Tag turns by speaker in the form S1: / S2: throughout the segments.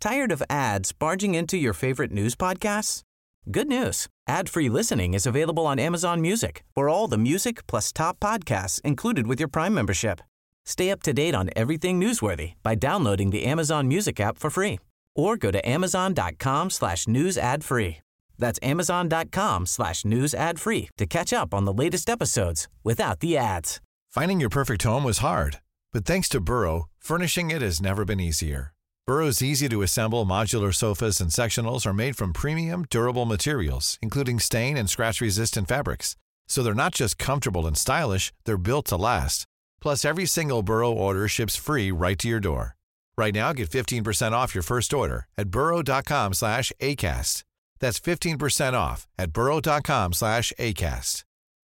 S1: Tired of ads barging into your favorite news podcasts? Good news. Ad-free listening is available on Amazon Music for all the music plus top podcasts included with your Prime membership. Stay up to date on everything newsworthy by downloading the Amazon Music app for free or go to amazon.com/news ad free. That's amazon.com/news ad free to catch up on the latest episodes without the ads.
S2: Finding your perfect home was hard, but thanks to Burrow, furnishing it has never been easier. Burrow's easy-to-assemble modular sofas and sectionals are made from premium, durable materials, including stain and scratch-resistant fabrics. So they're not just comfortable and stylish, they're built to last. Plus, every single Burrow order ships free right to your door. Right now, get 15% off your first order at burrow.com/ACAST. That's 15% off at burrow.com/ACAST.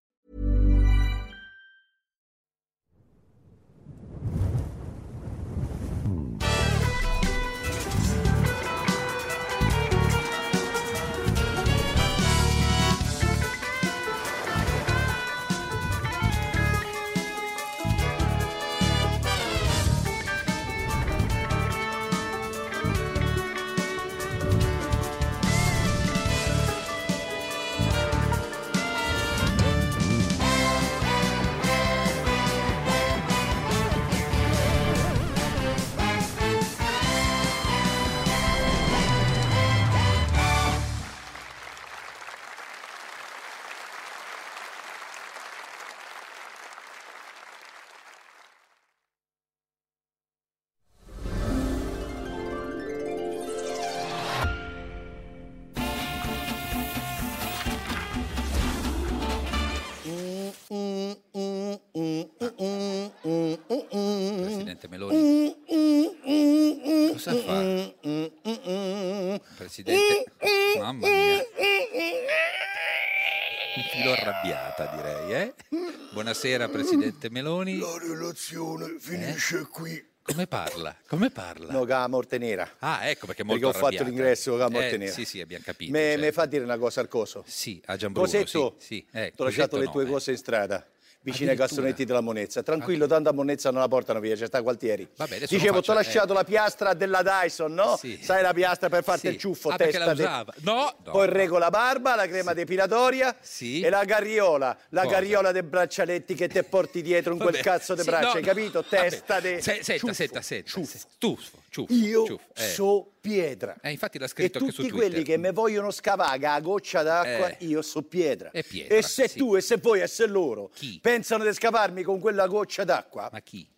S3: Presidente Meloni, cosa fa? Presidente, mamma mia, un filo arrabbiata direi, eh? Buonasera Presidente Meloni.
S4: La relazione finisce qui.
S3: Come parla? Come parla?
S4: No, con la morte nera.
S3: Ah, ecco perché è molto
S4: Perché ho fatto
S3: arrabbiata.
S4: l'ingresso con la morte nera.
S3: Sì, abbiamo capito.
S4: Me fa dire una cosa al coso.
S3: Sì, a Gianbruno.
S4: Cosetto,
S3: sì.
S4: ti ho lasciato le tue cose in strada, vicino ai
S3: Addirittura.
S4: cassonetti della Monezza. Tranquillo, tanto a Monezza non la portano via, c'è sta Gualtieri.
S3: Vabbè, adesso
S4: Dicevo,
S3: lo
S4: ti ho
S3: faccio,
S4: lasciato la piastra della Dyson, no?
S3: Sì.
S4: Sai la piastra per farti
S3: Sì.
S4: il ciuffo,
S3: Ah, perché
S4: testa
S3: la usava? No.
S4: Poi il regola barba, la crema depilatoria
S3: Sì.
S4: e la carriola. La
S3: Cosa?
S4: carriola dei braccialetti che te porti dietro in quel
S3: Vabbè,
S4: cazzo di
S3: sì,
S4: braccia,
S3: no,
S4: hai capito?
S3: vabbè.
S4: Testa de
S3: Senta.
S4: ciuffo.
S3: Ciuffo.
S4: Io
S3: ciuffo.
S4: so Pietra.
S3: Infatti l'ha
S4: E
S3: scritto anche su
S4: tutti
S3: Twitter.
S4: quelli che mi vogliono scavare a goccia d'acqua, io so Pietra.
S3: È Pietra,
S4: E se
S3: sì.
S4: tu e se voi e se loro
S3: Chi?
S4: pensano di scavarmi con quella goccia d'acqua,
S3: Ma chi?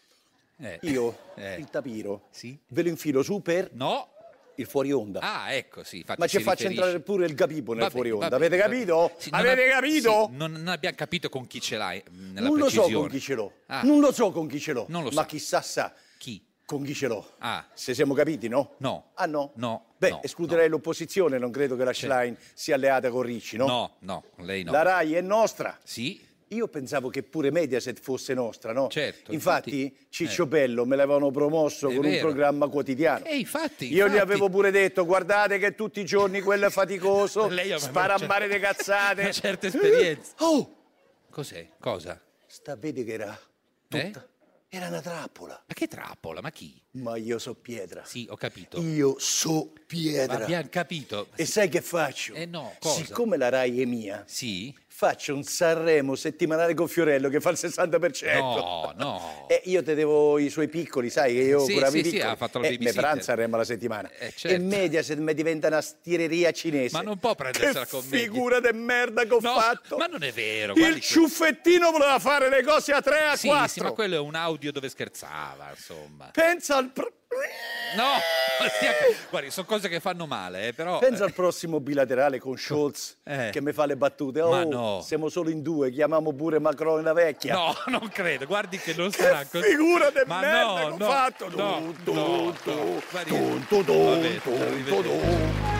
S4: io
S3: Eh.
S4: il tapiro
S3: Sì?
S4: ve lo infilo su per
S3: No.
S4: il fuori onda.
S3: Ah, ecco, sì. Infatti
S4: Ma ci
S3: si
S4: faccio
S3: riferisce-
S4: entrare pure il capipo nel
S3: Va
S4: fuori
S3: bene,
S4: onda.
S3: va bene,
S4: Avete
S3: va bene.
S4: capito?
S3: Sì, non
S4: Avete
S3: ab-
S4: capito?
S3: sì, non abbiamo capito con chi ce l'hai nella
S4: Non lo so
S3: precisione.
S4: con chi ce l'ho.
S3: Ah.
S4: Non lo so con chi ce l'ho.
S3: Non lo
S4: Ma
S3: sa.
S4: chissà sa
S3: Chi?
S4: con chi ce l'ho.
S3: Ah.
S4: Se siamo capiti, no?
S3: No.
S4: Ah no?
S3: No,
S4: Beh,
S3: no,
S4: escluderei
S3: no.
S4: l'opposizione, non credo che la Schlein sia alleata con Ricci, no?
S3: No, lei no.
S4: La RAI è nostra.
S3: Sì?
S4: Io pensavo che pure Mediaset fosse nostra, no?
S3: Certo,
S4: Infatti,
S3: infatti,
S4: Ciccio Bello me l'avevano promosso
S3: È
S4: con un
S3: vero.
S4: programma quotidiano.
S3: Infatti.
S4: Io gli avevo pure detto, guardate che tutti i giorni quello è faticoso,
S3: Lei aveva
S4: spara a mare di cazzate.
S3: una certa esperienza.
S4: Oh,
S3: Cos'è? Cosa?
S4: sta a vedere che era tutta... Era una trappola.
S3: Ma che trappola? Ma chi?
S4: Ma io so Pietra.
S3: Sì, ho capito.
S4: Io so Pietra.
S3: Abbiamo capito.
S4: E sai che faccio?
S3: No, cosa?
S4: Siccome la RAI è mia,
S3: Sì?
S4: faccio un Sanremo settimanale con Fiorello che fa il 60%.
S3: No.
S4: E io te devo i suoi piccoli, sai che io
S3: Sì,
S4: curavi i
S3: sì,
S4: piccoli.
S3: ha fatto la
S4: mi
S3: babysitter.
S4: faranno Sanremo alla settimana.
S3: Certo.
S4: E Mediaset mi diventa una stireria cinese.
S3: Ma non può prendersela
S4: che
S3: con me.
S4: figura di merda che ho fatto.
S3: Ma non è vero.
S4: Il
S3: guardi che-
S4: ciuffettino voleva fare le cose a 3 a
S3: Sì,
S4: 4.
S3: sì, ma quello è un audio dove scherzava, insomma.
S4: Pensa al...
S3: No, guardi, sono cose che fanno male, però...
S4: Pensa al prossimo bilaterale con Scholz che mi fa le battute.
S3: Ma
S4: Oh,
S3: no.
S4: siamo solo in due, chiamiamo pure Macron e la vecchia.
S3: No, non credo, guardi che non sarà così.
S4: Figura di
S3: Ma
S4: merda
S3: no,
S4: che ho
S3: no,
S4: fatto.
S3: no,
S4: Tu,
S3: no,
S4: tu,
S3: no. Guardi-
S4: tu, tu, tu,
S3: Vabbè,
S4: tu,
S3: arrivederci.
S4: tu, tu.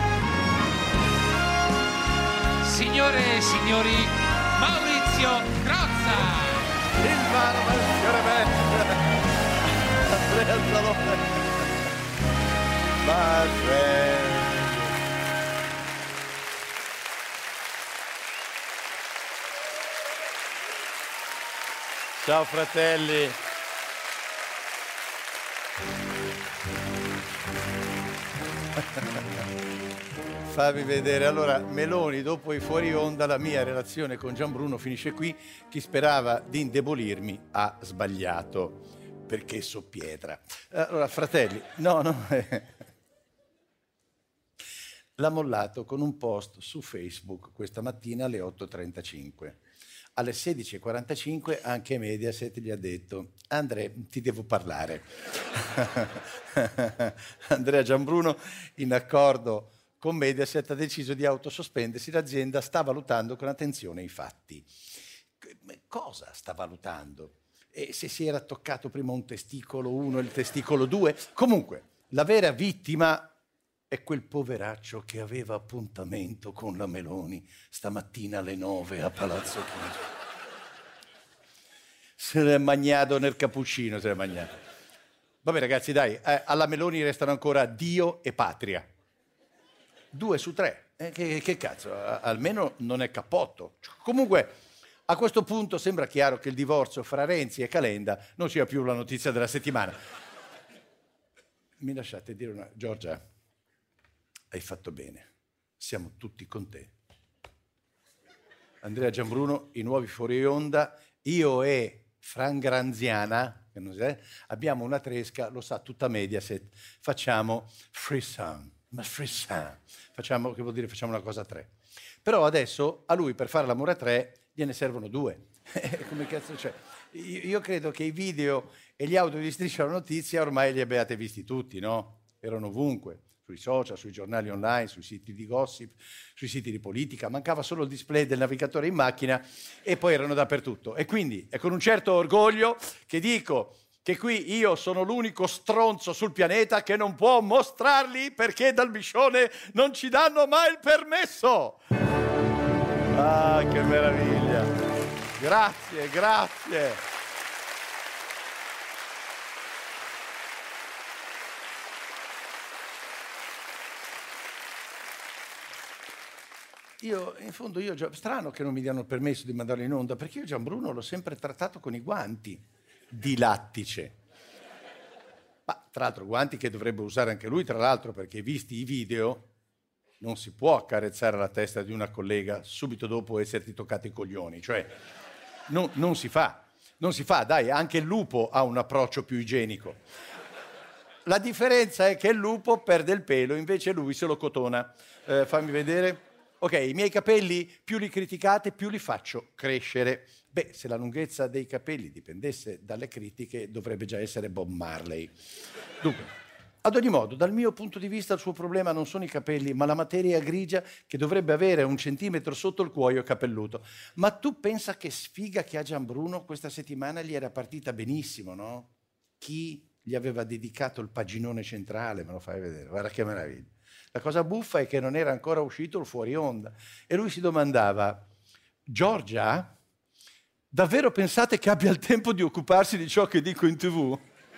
S3: Signore e signori, Maurizio Crozza!
S4: Il barba, il fiore Andrea Salone. My friend. Ciao fratelli. Fammi vedere. Allora, Meloni, dopo i fuori onda, la mia relazione con Gianbruno finisce qui. Chi sperava di indebolirmi ha sbagliato, perché so pietra. Allora, fratelli, no. L'ha mollato con un post su Facebook questa mattina alle 8:35. Alle 16:45 anche Mediaset gli ha detto: Andrea, ti devo parlare. Andrea Gianbruno, in accordo con Mediaset, ha deciso di autosospendersi. L'azienda sta valutando con attenzione i fatti. Cosa sta valutando? E se si era toccato prima un testicolo 1 e il testicolo 2? Comunque, la vera vittima è quel poveraccio che aveva appuntamento con la Meloni stamattina alle 9 a Palazzo Chigi. Se l'è magnato nel cappuccino, se l'è magnato. Vabbè ragazzi, dai, alla Meloni restano ancora Dio e Patria. 2 su 3. Che cazzo, almeno non è cappotto. Comunque, a questo punto sembra chiaro che il divorzio fra Renzi e Calenda non sia più la notizia della settimana. Mi lasciate dire una... Giorgia, hai fatto bene. Siamo tutti con te. Andrea Gianbruno, i nuovi fuori onda, io e Fran Granziana, che non so, abbiamo una tresca, lo sa tutta Mediaset, facciamo frisson, ma frisson. Facciamo, che vuol dire facciamo una cosa a 3. Però adesso a lui per fare l'amore a 3 gliene servono 2. Come cazzo c'è? Io credo che i video e gli audio di Striscia la Notizia ormai li abbiate visti tutti, no? Erano ovunque. Sui social, sui giornali online, sui siti di gossip, sui siti di politica. Mancava solo il display del navigatore in macchina e poi erano dappertutto. E quindi è con un certo orgoglio che dico che qui io sono l'unico stronzo sul pianeta che non può mostrarli perché dal Biscione non ci danno mai il permesso. Ah, che meraviglia. Grazie, grazie. In fondo, strano che non mi diano il permesso di mandarlo in onda, perché io Gianbruno l'ho sempre trattato con i guanti di lattice. Ma tra l'altro guanti che dovrebbe usare anche lui, tra l'altro, perché visti i video non si può accarezzare la testa di una collega subito dopo esserti toccato i coglioni, cioè non si fa, dai, anche il lupo ha un approccio più igienico. La differenza è che il lupo perde il pelo, invece lui se lo cotona. Fammi vedere. Ok, i miei capelli più li criticate, più li faccio crescere. Beh, se la lunghezza dei capelli dipendesse dalle critiche, dovrebbe già essere Bob Marley. Dunque, ad ogni modo, dal mio punto di vista il suo problema non sono i capelli, ma la materia grigia che dovrebbe avere 1 centimetro sotto il cuoio capelluto. Ma tu pensa che sfiga che ha Gianbruno questa settimana gli era partita benissimo, no? Chi gli aveva dedicato il paginone centrale, me lo fai vedere, guarda che meraviglia. La cosa buffa è che non era ancora uscito il fuori onda e lui si domandava: Giorgia, davvero pensate che abbia il tempo di occuparsi di ciò che dico in TV?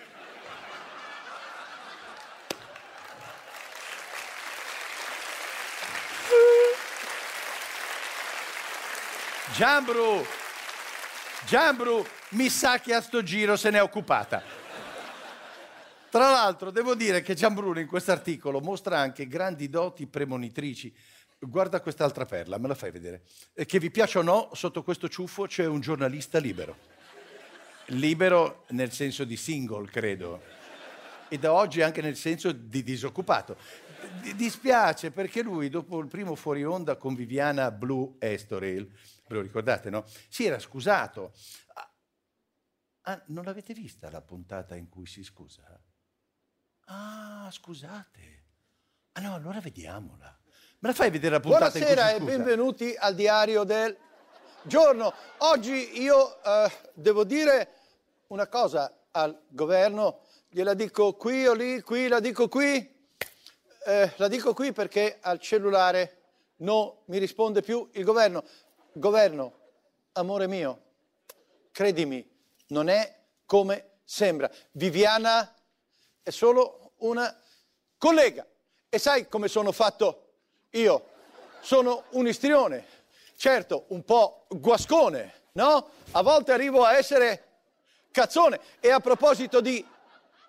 S4: Gianbru, mi sa che a sto giro se n'è occupata. Tra l'altro, devo dire che Gianbruno in quest'articolo mostra anche grandi doti premonitrici. Guarda quest'altra perla, me la fai vedere. Che vi piaccia o no, sotto questo ciuffo c'è un giornalista libero. Libero nel senso di single, credo. E da oggi anche nel senso di disoccupato. Dispiace perché lui, dopo il primo fuori onda con Viviana Blue Estoril, ve lo ricordate, no? Si era scusato. Ah, non l'avete vista la puntata in cui si scusa? Ah, scusate. Ah no, allora vediamola. Me la fai vedere la puntata in cui si scusa?
S5: Buonasera e benvenuti al diario del giorno. Oggi io devo dire una cosa al governo. Gliela dico qui o lì, qui, la dico qui. La dico qui perché al cellulare non mi risponde più il governo. Governo, amore mio, credimi, non è come sembra. Viviana è solo una collega. E sai come sono fatto io? Sono un istrione, certo, un po' guascone, no? A volte arrivo a essere cazzone. E a proposito di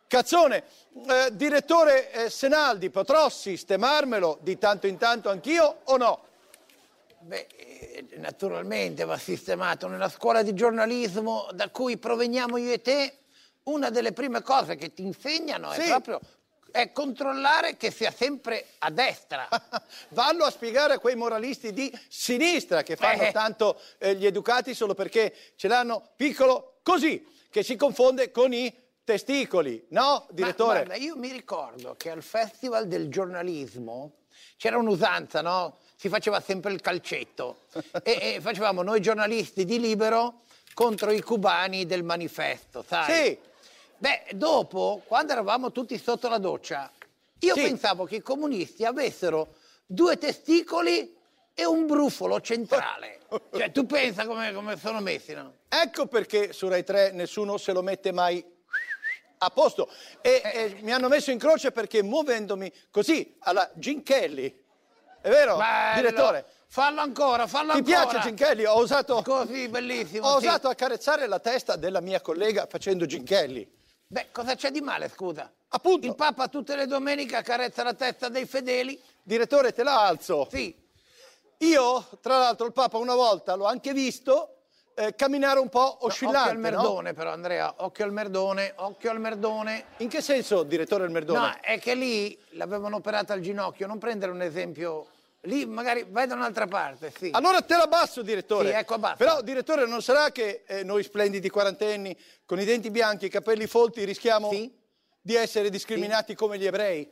S5: Cazzone. Direttore Senaldi, potrò sistemarmelo di tanto in tanto anch'io o no?
S6: Beh, naturalmente va sistemato. Nella scuola di giornalismo da cui proveniamo io e te, una delle prime cose che ti insegnano è proprio controllare che sia sempre a destra.
S5: Vanno a spiegare a quei moralisti di sinistra che fanno tanto gli educati solo perché ce l'hanno piccolo così, che si confonde con i testicoli, no, direttore?
S6: Ma guarda, io mi ricordo che al Festival del giornalismo c'era un'usanza, no? Si faceva sempre il calcetto e facevamo noi giornalisti di Libero contro i cubani del Manifesto, sai?
S5: Sì.
S6: Beh, dopo, quando eravamo tutti sotto la doccia, io pensavo che i comunisti avessero 2 testicoli e un brufolo centrale. Cioè, tu pensa come sono messi, no?
S5: Ecco perché su Rai 3 nessuno se lo mette mai a posto. E mi hanno messo in croce perché muovendomi così, alla Gene Kelly. È vero,
S6: Bello.
S5: direttore?
S6: Fallo ancora.
S5: Ti piace Gene Kelly? Ho osato...
S6: Così, bellissimo.
S5: Ho osato accarezzare la testa della mia collega facendo Gene Kelly.
S6: Beh, cosa c'è di male, scusa?
S5: Appunto.
S6: Il Papa tutte le domeniche accarezza la testa dei fedeli.
S5: Direttore, te la alzo.
S6: Sì.
S5: Io, tra l'altro, il Papa una volta l'ho anche visto camminare un po' oscillante.
S6: Occhio al merdone, però, Andrea. Occhio al merdone.
S5: In che senso, direttore, il merdone?
S6: No, è che lì l'avevano operata al ginocchio. Non prendere un esempio... Lì magari vai da un'altra parte, sì.
S5: Allora te la basso, direttore.
S6: Sì, ecco, abbassa.
S5: Però, direttore, non sarà che noi splendidi quarantenni, con i denti bianchi e i capelli folti, rischiamo di essere discriminati come gli ebrei?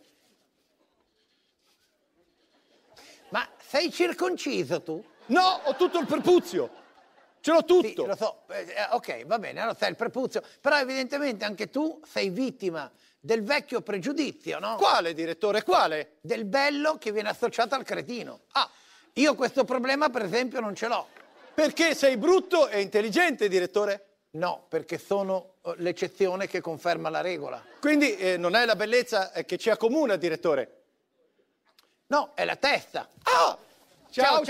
S6: Ma sei circonciso tu?
S5: No, ho tutto il prepuzio. Ce l'ho tutto.
S6: Sì, lo so. Ok, va bene, allora sai il prepuzio. Però evidentemente anche tu sei vittima del vecchio pregiudizio, no?
S5: Quale, direttore, quale?
S6: Del bello che viene associato al cretino. Ah, io questo problema per esempio non ce l'ho.
S5: Perché sei brutto e intelligente, direttore?
S6: No, perché sono l'eccezione che conferma la regola.
S5: Quindi non è la bellezza che ci accomuna, direttore?
S6: No, è la testa.
S5: Ah! Ciao.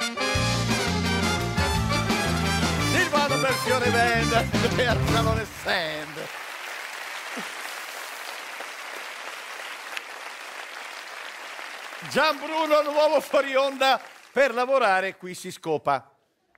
S4: Silvano Belfiore Band e al Salone Sand. Gianbruno, nuovo fuori onda per lavorare, qui si scopa.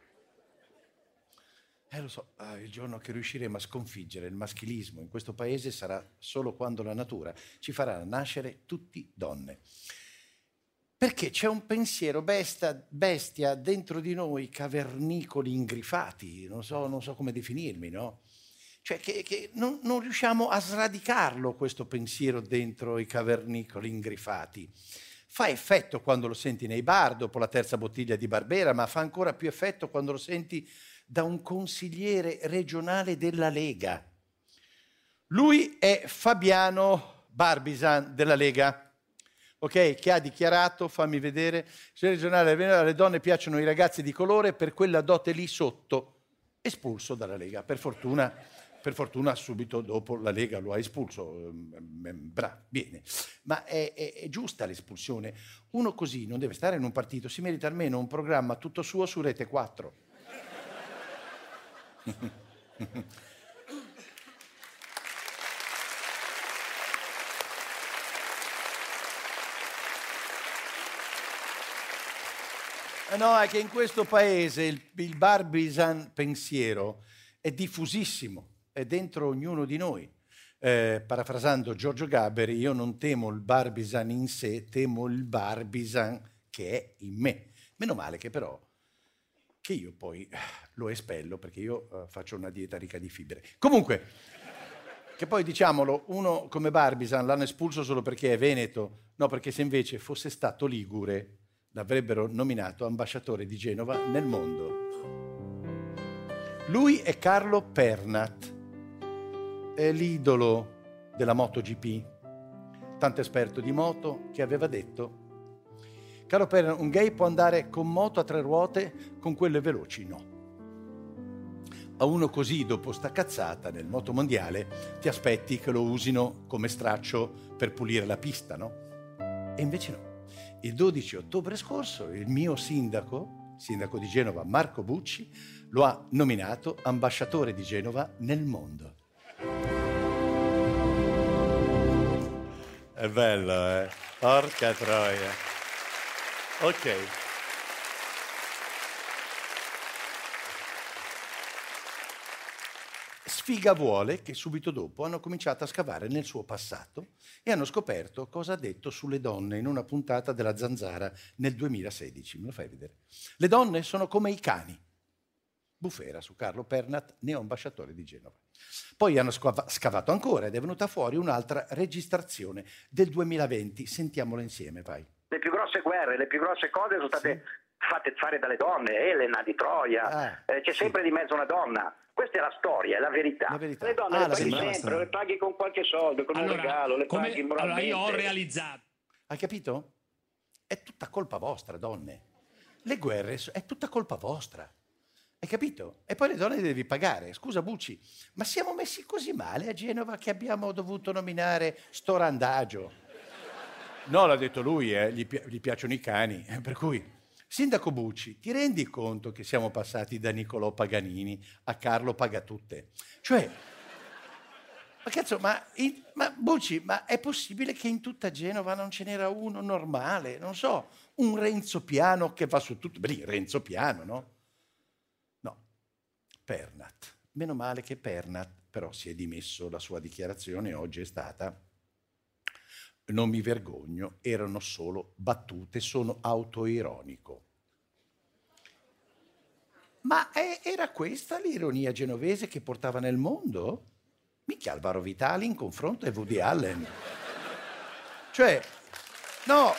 S4: Lo so, il giorno che riusciremo a sconfiggere il maschilismo in questo paese sarà solo quando la natura ci farà nascere tutti donne. Perché c'è un pensiero bestia dentro di noi, cavernicoli ingrifati, non so come definirmi, no? Cioè che non riusciamo a sradicarlo questo pensiero dentro i cavernicoli ingrifati. Fa effetto quando lo senti nei bar dopo la terza bottiglia di Barbera, ma fa ancora più effetto quando lo senti da un consigliere regionale della Lega. Lui è Fabiano Barbisan della Lega. Ok, che ha dichiarato, fammi vedere, se regionale alle donne piacciono i ragazzi di colore, per quella dote lì sotto, espulso dalla Lega. Per fortuna subito dopo la Lega lo ha espulso, bene. Ma è giusta l'espulsione. Uno così non deve stare in un partito, si merita almeno un programma tutto suo su Rete 4. No, è che in questo paese il Barbisan pensiero è diffusissimo, è dentro ognuno di noi. Parafrasando Giorgio Gaberi, io non temo il Barbisan in sé, temo il Barbisan che è in me. Meno male che però che io poi lo espello perché io faccio una dieta ricca di fibre. Comunque, che poi diciamolo, uno come Barbisan l'hanno espulso solo perché è veneto, no, perché se invece fosse stato ligure l'avrebbero nominato ambasciatore di Genova nel mondo. Lui è Carlo Pernat, è l'idolo della MotoGP, tanto esperto di moto che aveva detto: Carlo Pernat, un gay può andare con moto a 3 ruote, con quelle veloci no. A uno così, dopo sta cazzata, nel motomondiale, ti aspetti che lo usino come straccio per pulire la pista, no? E invece no. Il 12 ottobre scorso il mio sindaco di Genova, Marco Bucci, lo ha nominato ambasciatore di Genova nel mondo. È bello, eh? Porca troia. Ok. Sfiga vuole che subito dopo hanno cominciato a scavare nel suo passato e hanno scoperto cosa ha detto sulle donne in una puntata della Zanzara nel 2016. Me lo fai vedere? Le donne sono come i cani. Bufera su Carlo Pernat, neoambasciatore di Genova. Poi hanno scavato ancora ed è venuta fuori un'altra registrazione del 2020. Sentiamola insieme, vai.
S7: Le più grosse guerre, le più grosse cose sono state fatte fare dalle donne, Elena di Troia, c'è sempre di mezzo una donna. Questa è la storia, è la verità. Le donne le paghi sempre, le paghi con qualche soldo, con un regalo, le paghi moralmente.
S8: Allora io ho realizzato.
S4: Hai capito? È tutta colpa vostra, donne. Le guerre è tutta colpa vostra. Hai capito? E poi le donne le devi pagare. Scusa Bucci, ma siamo messi così male a Genova che abbiamo dovuto nominare sto randagio? No, l'ha detto lui, gli piacciono i cani, per cui... Sindaco Bucci, ti rendi conto che siamo passati da Niccolò Paganini a Carlo Pagatutte? Cioè, ma cazzo, ma Bucci, ma è possibile che in tutta Genova non ce n'era uno normale? Non so, un Renzo Piano che va su tutto. Beh, Renzo Piano, no? No, Pernat. Meno male che Pernat però si è dimesso, la sua dichiarazione oggi è stata: non mi vergogno, erano solo battute, sono autoironico. Ma era questa l'ironia genovese che portava nel mondo? Mica Alvaro Vitali in confronto è Woody Allen. Cioè, no...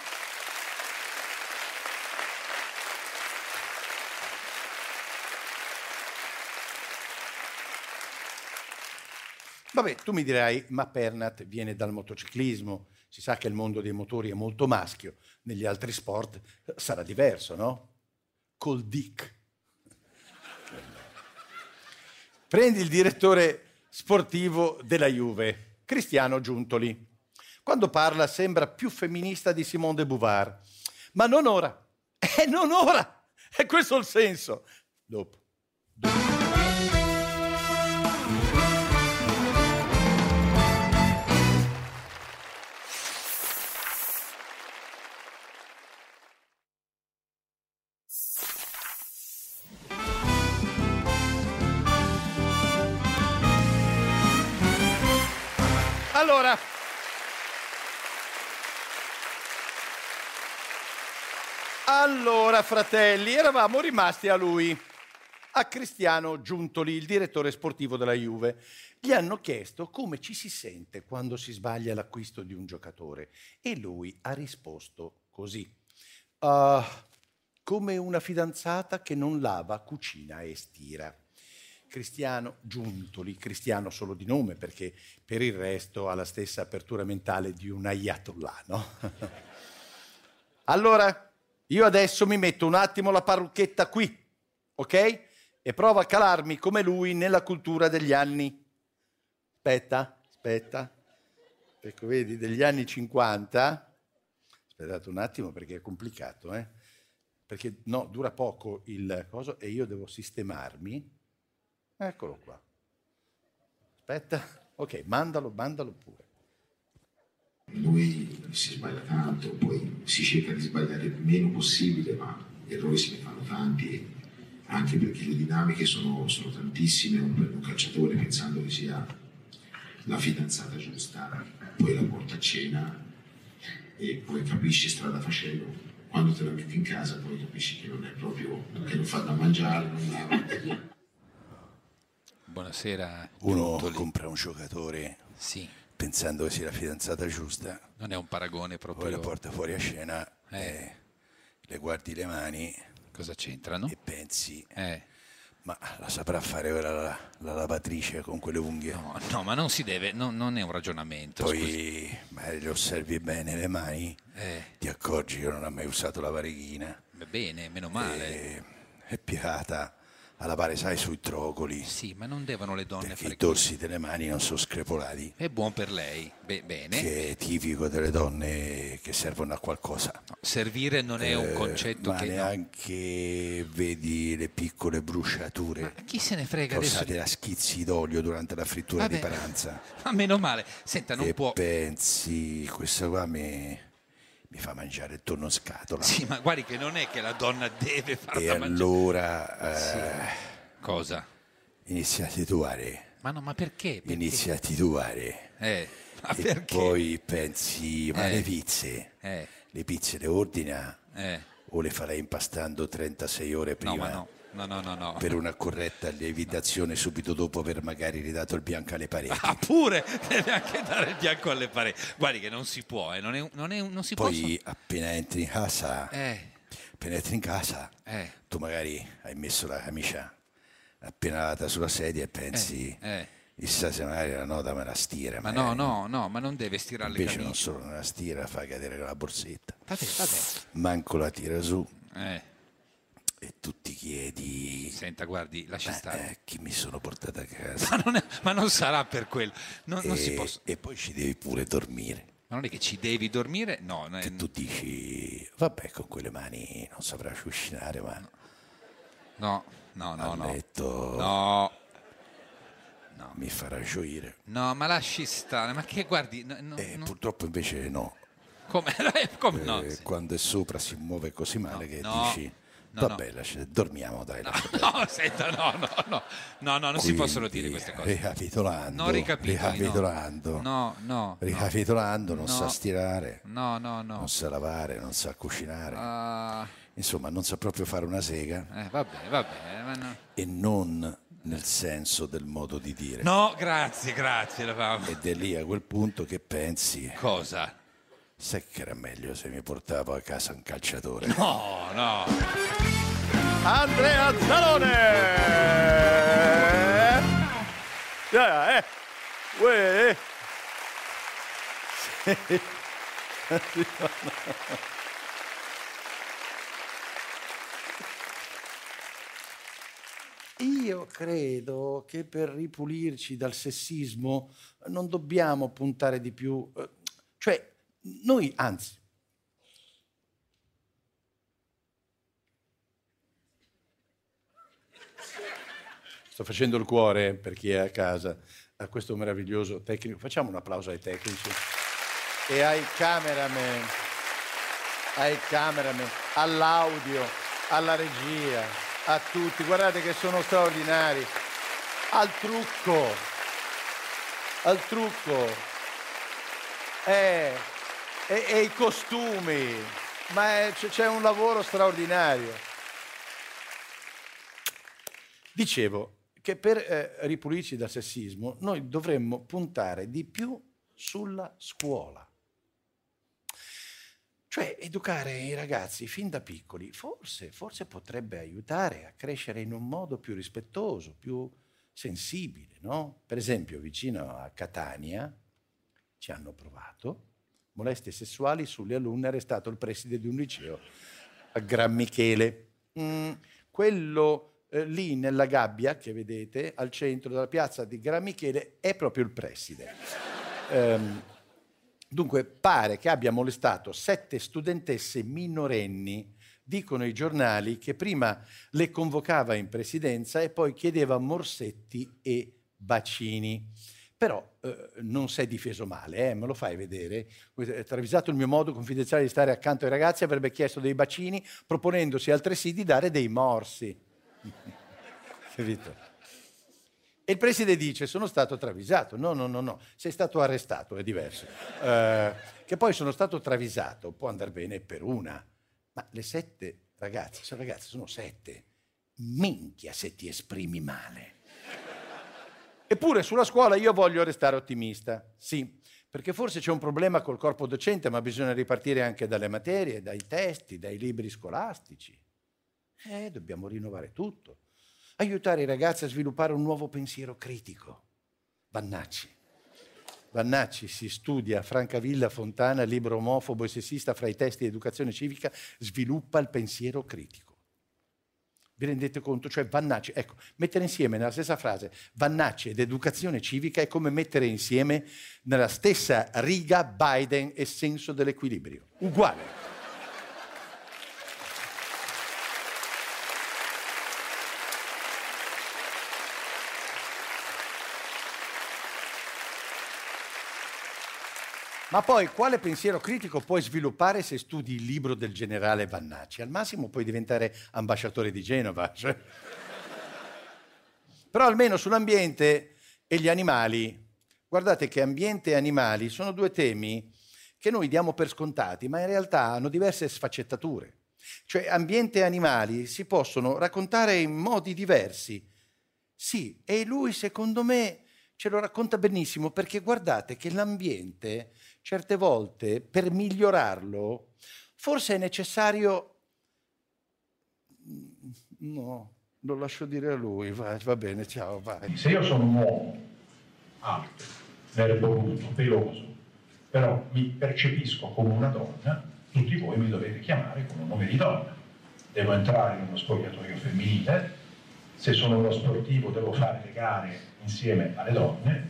S4: Vabbè, tu mi dirai, ma Pernat viene dal motociclismo, si sa che il mondo dei motori è molto maschio, negli altri sport sarà diverso, no? Col Dick. Prendi il direttore sportivo della Juve, Cristiano Giuntoli. Quando parla sembra più femminista di Simone de Beauvoir, ma non ora, non ora, è questo il senso. Dopo. Allora, fratelli, eravamo rimasti a lui, a Cristiano Giuntoli, il direttore sportivo della Juve. Gli hanno chiesto come ci si sente quando si sbaglia l'acquisto di un giocatore e lui ha risposto così: come una fidanzata che non lava, cucina e stira. Cristiano Giuntoli, Cristiano solo di nome perché per il resto ha la stessa apertura mentale di un ayatollah, no? Allora, io adesso mi metto un attimo la parrucchetta qui, ok? E provo a calarmi come lui nella cultura degli anni... Aspetta. Ecco, vedi, degli anni 50. Aspettate un attimo perché è complicato, eh? Perché, no, dura poco il coso e io devo sistemarmi. Eccolo qua. Aspetta. Ok, mandalo pure.
S9: Lui si sbaglia tanto, poi si cerca di sbagliare il meno possibile, ma gli errori se ne fanno tanti, anche perché le dinamiche sono tantissime. Un calciatore, pensando che sia la fidanzata giusta, poi la porta a cena e poi capisci strada facendo, quando te la metti in casa poi capisci che non è proprio, che non fa da mangiare, non lava.
S3: Buonasera.
S4: Uno
S3: Giuntoli.
S4: compra un giocatore pensando che sia la fidanzata giusta.
S3: Non è un paragone proprio.
S4: Poi la porta fuori a scena e le guardi le mani.
S3: Cosa c'entrano?
S4: E pensi, ma la saprà fare ora la lavatrice con quelle unghie?
S3: No, ma non si deve, non è un ragionamento.
S4: Poi magari le osservi bene le mani, ti accorgi che non ha mai usato la varichina.
S3: Bene, meno male.
S4: È pirata. a lavare, sai, sui trocoli.
S3: Sì, ma non devono le donne
S4: perché
S3: fare
S4: i dorsi delle mani non sono screpolati.
S3: È buon per lei, bene.
S4: Che è tipico delle donne che servono a qualcosa.
S3: No, servire non è un concetto
S4: ma
S3: che...
S4: neanche vedi le piccole bruciature.
S3: Ma chi se ne frega
S4: causate
S3: adesso?
S4: da schizzi d'olio durante la frittura di
S3: Vabbè,
S4: pranza.
S3: Ma meno male. Senta, non
S4: e
S3: può...
S4: pensi, questa qua mi fa mangiare il tonno in scatola.
S3: Sì, ma guardi che non è che la donna deve farla
S4: E
S3: mangiare.
S4: allora...
S3: Sì. Cosa?
S4: Inizia a titubare.
S3: Ma no, ma perché?
S4: Inizia a titubare.
S3: Ma
S4: E
S3: perché?
S4: poi pensi, ma le pizze?
S3: Eh.
S4: Le pizze le ordina?
S3: Eh.
S4: O le farei impastando 36 ore prima?
S3: No, ma no. No.
S4: Per una corretta lievitazione subito dopo aver magari ridato il bianco alle pareti.
S3: Ah, pure! Deve anche dare il bianco alle pareti. Guardi che non si può, non si può.
S4: Poi appena entri in casa,
S3: Eh.
S4: tu magari hai messo la camicia appena lavata sulla sedia e pensi, chissà se magari la nota me la stira.
S3: Ma no, ma non deve stirare le
S4: Invece
S3: camicie.
S4: non solo me la stira, fa cadere con la borsetta.
S3: Vabbè.
S4: Manco la tira su.
S3: E
S4: tu ti chiedi...
S3: Senta, guardi, lasci stare.
S4: Chi mi sono portato a casa?
S3: Ma non sarà per quello. Non si può...
S4: E poi ci devi pure dormire.
S3: Ma non è che ci devi dormire? No.
S4: Che tu dici, vabbè, con quelle mani non saprà cucinare, ma...
S3: No.
S4: A letto...
S3: No.
S4: Mi farà gioire.
S3: No, ma lasci stare. Ma che, guardi...
S4: Purtroppo invece no.
S3: Come? No, sì.
S4: Quando è sopra si muove così male che dici...
S3: No,
S4: vabbè, dormiamo, dai.
S3: No, senta, no, non si possono dire queste cose.
S4: Ricapitolando, non sa stirare,
S3: no,
S4: non sa lavare, non sa cucinare, insomma non sa proprio fare una sega.
S3: Vabbè, ma no.
S4: E non nel senso del modo di dire.
S3: No, grazie.
S4: Ed è lì a quel punto che pensi...
S3: Cosa?
S4: Sai che era meglio se mi portavo a casa un calciatore.
S3: No.
S5: Andrea Zalone! Uè!
S4: Io credo che per ripulirci dal sessismo non dobbiamo puntare di più, cioè noi, anzi, sto facendo il cuore per chi è a casa a questo meraviglioso tecnico. Facciamo un applauso ai tecnici e ai cameraman, all'audio, alla regia, a tutti. Guardate che sono straordinari. Al trucco. E i costumi, ma c'è un lavoro straordinario. Dicevo che per ripulirci dal sessismo noi dovremmo puntare di più sulla scuola. Cioè educare i ragazzi fin da piccoli forse potrebbe aiutare a crescere in un modo più rispettoso, più sensibile, no? Per esempio vicino a Catania ci hanno provato molestie sessuali sulle alunne, arrestato il preside di un liceo a Gran Michele. Quello lì nella gabbia che vedete al centro della piazza di Gran Michele è proprio il preside. Dunque pare che abbia molestato 7 studentesse minorenni. Dicono i giornali che prima le convocava in presidenza e poi chiedeva morsetti e bacini. Però non si è difeso male, me lo fai vedere. Travisato il mio modo confidenziale di stare accanto ai ragazzi, avrebbe chiesto dei bacini, proponendosi altresì di dare dei morsi. Capito? E il preside dice, sono stato travisato. No, sei stato arrestato, è diverso. Che poi sono stato travisato, può andare bene per una. Ma le 7 ragazze, sono 7. Minchia se ti esprimi male. Eppure sulla scuola io voglio restare ottimista, sì, perché forse c'è un problema col corpo docente, ma bisogna ripartire anche dalle materie, dai testi, dai libri scolastici. Dobbiamo rinnovare tutto. Aiutare i ragazzi a sviluppare un nuovo pensiero critico. Vannacci si studia Francavilla Fontana, libro omofobo e sessista fra i testi di educazione civica, sviluppa il pensiero critico. Vi rendete conto? Cioè Vannacci, ecco, mettere insieme nella stessa frase Vannacci ed educazione civica è come mettere insieme nella stessa riga Biden e senso dell'equilibrio. Uguale. Ma poi quale pensiero critico puoi sviluppare se studi il libro del generale Vannacci? Al massimo puoi diventare ambasciatore di Genova. Cioè. Però almeno sull'ambiente e gli animali, guardate che ambiente e animali sono due temi che noi diamo per scontati, ma in realtà hanno diverse sfaccettature. Cioè ambiente e animali si possono raccontare in modi diversi. Sì, e lui secondo me ce lo racconta benissimo, perché guardate che l'ambiente certe volte per migliorarlo forse è necessario... No, lo lascio dire a lui, vai, va bene, ciao, vai.
S8: Se io sono un uomo alto, nervoso, peloso, però mi percepisco come una donna, tutti voi mi dovete chiamare con un nome di donna. Devo entrare in uno spogliatoio femminile, se sono uno sportivo devo fare le gare insieme alle donne,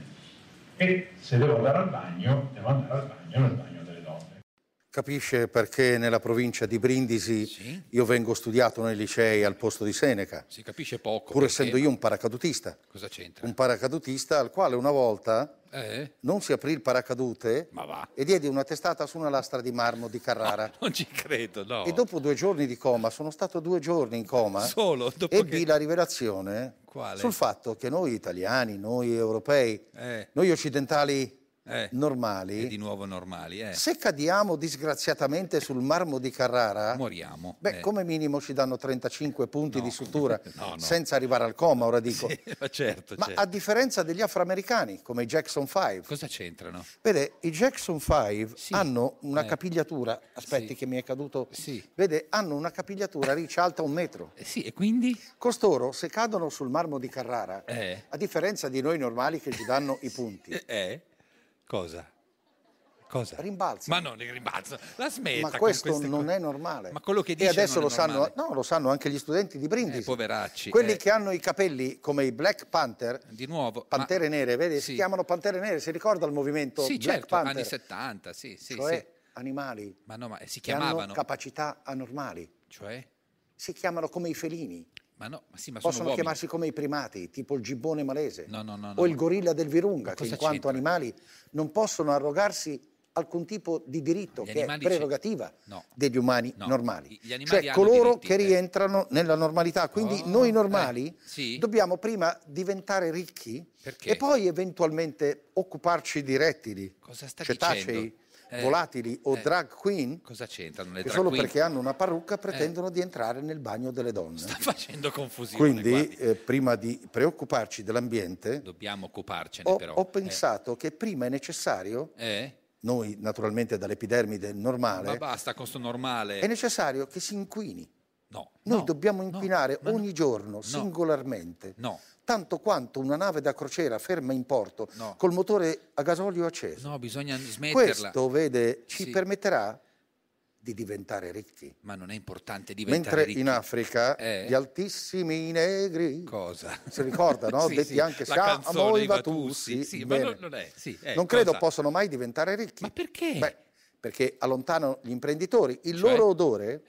S8: e se devo andare al bagno, devo andare al bagno nel bagno delle donne.
S5: Capisce perché nella provincia di Brindisi io vengo studiato nei licei al posto di Seneca?
S3: Si capisce poco.
S5: Pur essendo io un paracadutista.
S3: Cosa c'entra?
S5: Un paracadutista al quale una volta non si aprì il paracadute e diedi una testata su una lastra di marmo di Carrara.
S3: No, non ci credo, no.
S5: E dopo 2 giorni di coma, sono stato 2 giorni in coma,
S3: solo dopo
S5: ebbi la rivelazione sul fatto che noi italiani, noi europei, noi occidentali normali,
S3: e di nuovo normali,
S5: se cadiamo disgraziatamente sul marmo di Carrara,
S3: moriamo.
S5: Come minimo ci danno 35 punti di sutura, senza arrivare al coma, ora dico.
S3: Sì, ma certo,
S5: ma a differenza degli afroamericani, come i Jackson 5.
S3: Cosa c'entrano?
S5: Vede, i Jackson 5 hanno una capigliatura, aspetti che mi è caduto, vede, hanno una capigliatura riccia alta 1 metro.
S3: Sì, e quindi?
S5: Costoro, se cadono sul marmo di Carrara, a differenza di noi normali che ci danno i punti.
S3: Cosa?
S5: Rimbalzo.
S3: Ma non il rimbalzo, la smetta.
S5: Ma questo non è normale.
S3: Ma quello che dice
S5: e adesso
S3: non
S5: lo
S3: è
S5: sanno,
S3: normale.
S5: no, lo sanno anche gli studenti di Brindisi.
S3: Poveracci.
S5: Quelli che hanno i capelli come i Black Panther,
S3: di nuovo,
S5: Pantere Nere, vedi? Si chiamano Pantere Nere, si ricorda il movimento
S3: Black
S5: certo,
S3: Panther? Anni 70,
S5: cioè animali
S3: si
S5: che hanno capacità anormali.
S3: Cioè?
S5: Si chiamano come i felini.
S3: Ma
S5: possono chiamarsi come i primati, tipo il gibbone malese o il
S3: no.
S5: gorilla del Virunga, che in quanto
S3: c'entra?
S5: Animali non possono arrogarsi alcun tipo di diritto, che è prerogativa degli umani normali.
S3: Gli animali
S5: cioè coloro che rientrano nella normalità. Quindi noi normali dobbiamo prima diventare ricchi e poi eventualmente occuparci di rettili, cetacei, volatili o drag queen.
S3: Cosa c'entrano le
S5: che
S3: drag
S5: solo
S3: queen?
S5: perché hanno una parrucca pretendono di entrare nel bagno delle donne.
S3: Sta facendo confusione.
S5: Quindi prima di preoccuparci dell'ambiente
S3: dobbiamo occuparcene però.
S5: Ho pensato che prima è necessario noi naturalmente dall'epidermide normale,
S3: ma basta con sto normale,
S5: è necessario che si inquini.
S3: Noi
S5: dobbiamo inquinare ogni giorno singolarmente tanto quanto una nave da crociera ferma in porto col motore a gasolio acceso.
S3: No, bisogna smetterla.
S5: Questo, vede, ci permetterà di diventare ricchi.
S3: Ma non è importante diventare ricchi.
S5: Mentre in Africa gli altissimi negri,
S3: cosa?
S5: Si ricorda, no? Detti anche siamo i Vatussi.
S3: Ma non è.
S5: Non credo possano mai diventare ricchi.
S3: Ma perché?
S5: Perché allontanano gli imprenditori. Il loro odore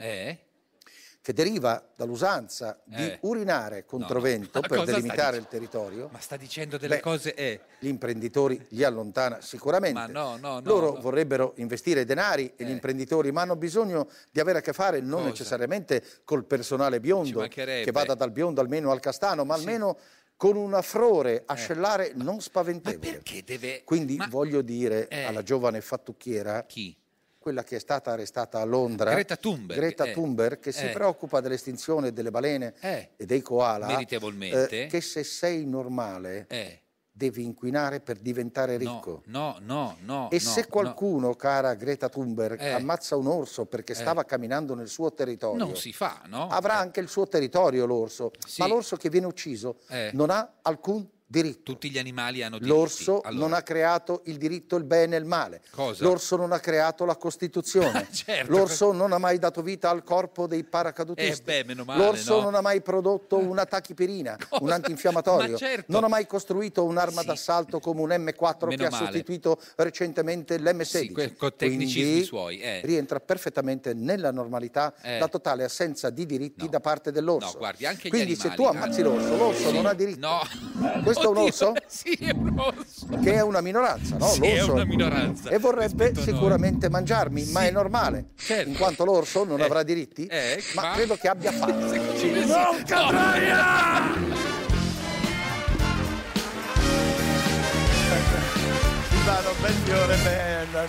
S5: che deriva dall'usanza di urinare controvento per delimitare il territorio.
S3: Ma sta dicendo delle cose.
S5: Gli imprenditori li allontana sicuramente.
S3: Ma
S5: loro vorrebbero investire denari e gli imprenditori, ma hanno bisogno di avere a che fare non necessariamente col personale biondo, che vada dal biondo almeno al castano, ma almeno con una frore ascellare non spaventevole.
S3: Ma perché deve...
S5: Quindi voglio dire alla giovane fattucchiera...
S3: Chi?
S5: Quella che è stata arrestata a Londra,
S3: Greta Thunberg,
S5: che si preoccupa dell'estinzione delle balene e dei koala,
S3: meritevolmente,
S5: che se sei normale devi inquinare per diventare ricco.
S3: No.
S5: E se qualcuno, cara Greta Thunberg, ammazza un orso perché stava camminando nel suo territorio,
S3: non si fa, no?
S5: Avrà anche il suo territorio l'orso, ma l'orso che viene ucciso non ha alcun diritto.
S3: Tutti gli animali hanno diritti.
S5: L'orso non ha creato il diritto, il bene e il male.
S3: Cosa?
S5: L'orso non ha creato la Costituzione.
S3: Certo.
S5: L'orso non ha mai dato vita al corpo dei paracadutisti.
S3: Meno male,
S5: L'orso
S3: no?
S5: non ha mai prodotto una tachipirina, un antinfiammatorio.
S3: Ma certo.
S5: Non ha mai costruito un'arma d'assalto come un M4
S3: Meno
S5: che ha
S3: male.
S5: sostituito recentemente l'M16.
S3: Sì, con tecnicismi
S5: Quindi
S3: suoi.
S5: rientra perfettamente nella normalità la totale assenza di diritti da parte dell'orso.
S3: No, guardi, anche gli
S5: Quindi
S3: animali,
S5: se tu ammazzi l'orso non ha diritti.
S3: No.
S5: Questo è un orso?
S3: Sì, è un orso.
S5: Che è una minoranza, no?
S3: Sì,
S5: L'orso
S3: è una minoranza.
S5: e vorrebbe
S3: rispetto a noi.
S5: sicuramente mangiarmi, ma è normale,
S3: Certo.
S5: in quanto l'orso non avrà diritti, ma credo che abbia fame.
S3: Non
S4: Catraia! Ivano Belliore bella.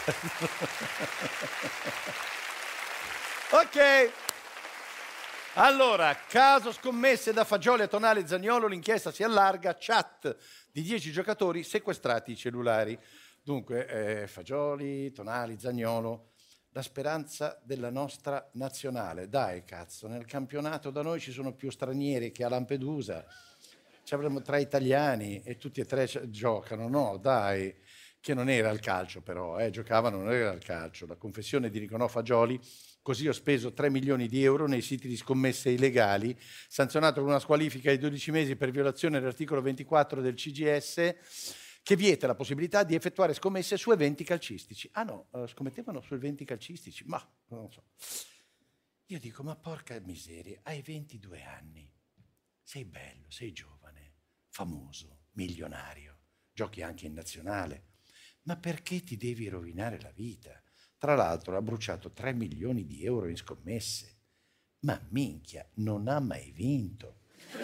S4: Ok. Allora, caso scommesse da Fagioli a Tonali e Zaniolo, l'inchiesta si allarga, chat di 10 giocatori sequestrati i cellulari. Dunque, Fagioli, Tonali, Zaniolo, la speranza della nostra nazionale. Dai, cazzo, nel campionato da noi ci sono più stranieri che a Lampedusa. Ci avremo 3 italiani e tutti e 3 giocano. No, dai, che non era il calcio però, giocavano, non era il calcio. La confessione di Nicolò Fagioli: così ho speso 3 milioni di euro nei siti di scommesse illegali, sanzionato con una squalifica di 12 mesi per violazione dell'articolo 24 del CGS, che vieta la possibilità di effettuare scommesse su eventi calcistici. Ah no, scommettevano su eventi calcistici? Ma non so. Io dico, ma porca miseria, hai 22 anni, sei bello, sei giovane, famoso, milionario, giochi anche in nazionale, ma perché ti devi rovinare la vita? Tra l'altro ha bruciato 3 milioni di euro in scommesse. Ma minchia, non ha mai vinto.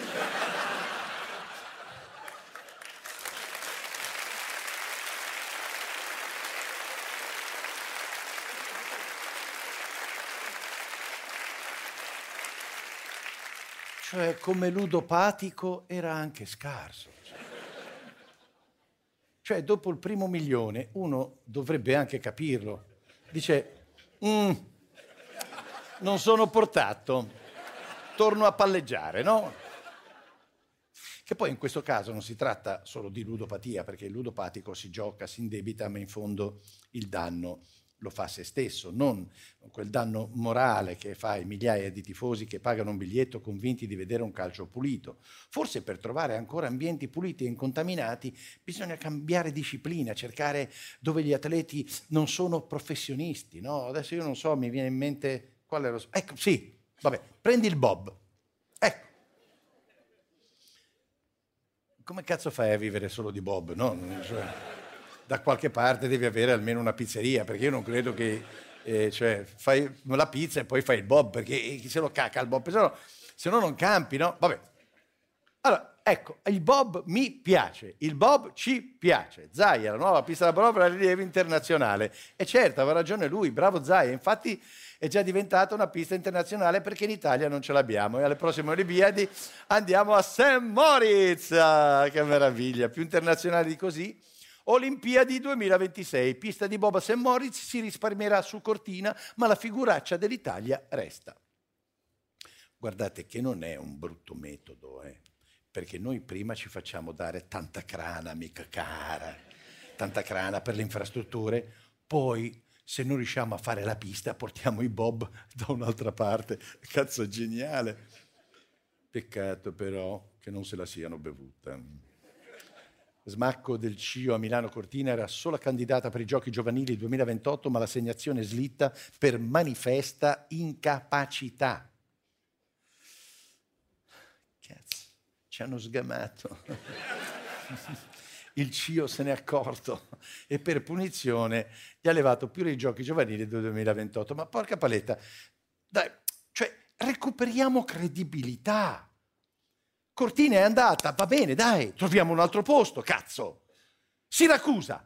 S4: Cioè, come ludopatico era anche scarso. Cioè, dopo il primo milione, uno dovrebbe anche capirlo. Dice, non sono portato, torno a palleggiare, no? Che poi in questo caso non si tratta solo di ludopatia, perché il ludopatico si gioca, si indebita, ma in fondo il danno lo fa a se stesso, non quel danno morale che fa ai migliaia di tifosi che pagano un biglietto convinti di vedere un calcio pulito. Forse per trovare ancora ambienti puliti e incontaminati bisogna cambiare disciplina, cercare dove gli atleti non sono professionisti, no? Adesso io non so, mi viene in mente qual è lo... Ecco, sì, vabbè, prendi il bob. Ecco. Come cazzo fai a vivere solo di bob, no? Cioè, da qualche parte devi avere almeno una pizzeria, perché io non credo che cioè, fai la pizza e poi fai il bob, perché chi se lo cacca il bob, se no non campi, no? Vabbè. Allora, ecco, il bob mi piace, il bob ci piace. Zaia, la nuova pista da bob per rilievo internazionale. E certo, aveva ragione lui, bravo Zaia, infatti è già diventata una pista internazionale perché in Italia non ce l'abbiamo e alle prossime Olimpiadi andiamo a St. Moritz. Ah, che meraviglia, più internazionale di così. Olimpiadi 2026, pista di bob a St. Moritz, si risparmierà su Cortina, ma la figuraccia dell'Italia resta. Guardate che non è un brutto metodo, perché noi prima ci facciamo dare tanta crana, mica cara, tanta crana per le infrastrutture, poi se non riusciamo a fare la pista portiamo i bob da un'altra parte. Cazzo, geniale. Peccato però che non se la siano bevuta. Smacco del CIO a Milano Cortina era sola candidata per i Giochi Giovanili 2028, ma l'assegnazione slitta per manifesta incapacità. Cazzo, ci hanno sgamato. Il CIO se n'è accorto e per punizione gli ha levato pure i Giochi Giovanili del 2028. Ma porca paletta, dai, cioè recuperiamo credibilità. Cortina è andata, va bene, dai, troviamo un altro posto, cazzo. Siracusa.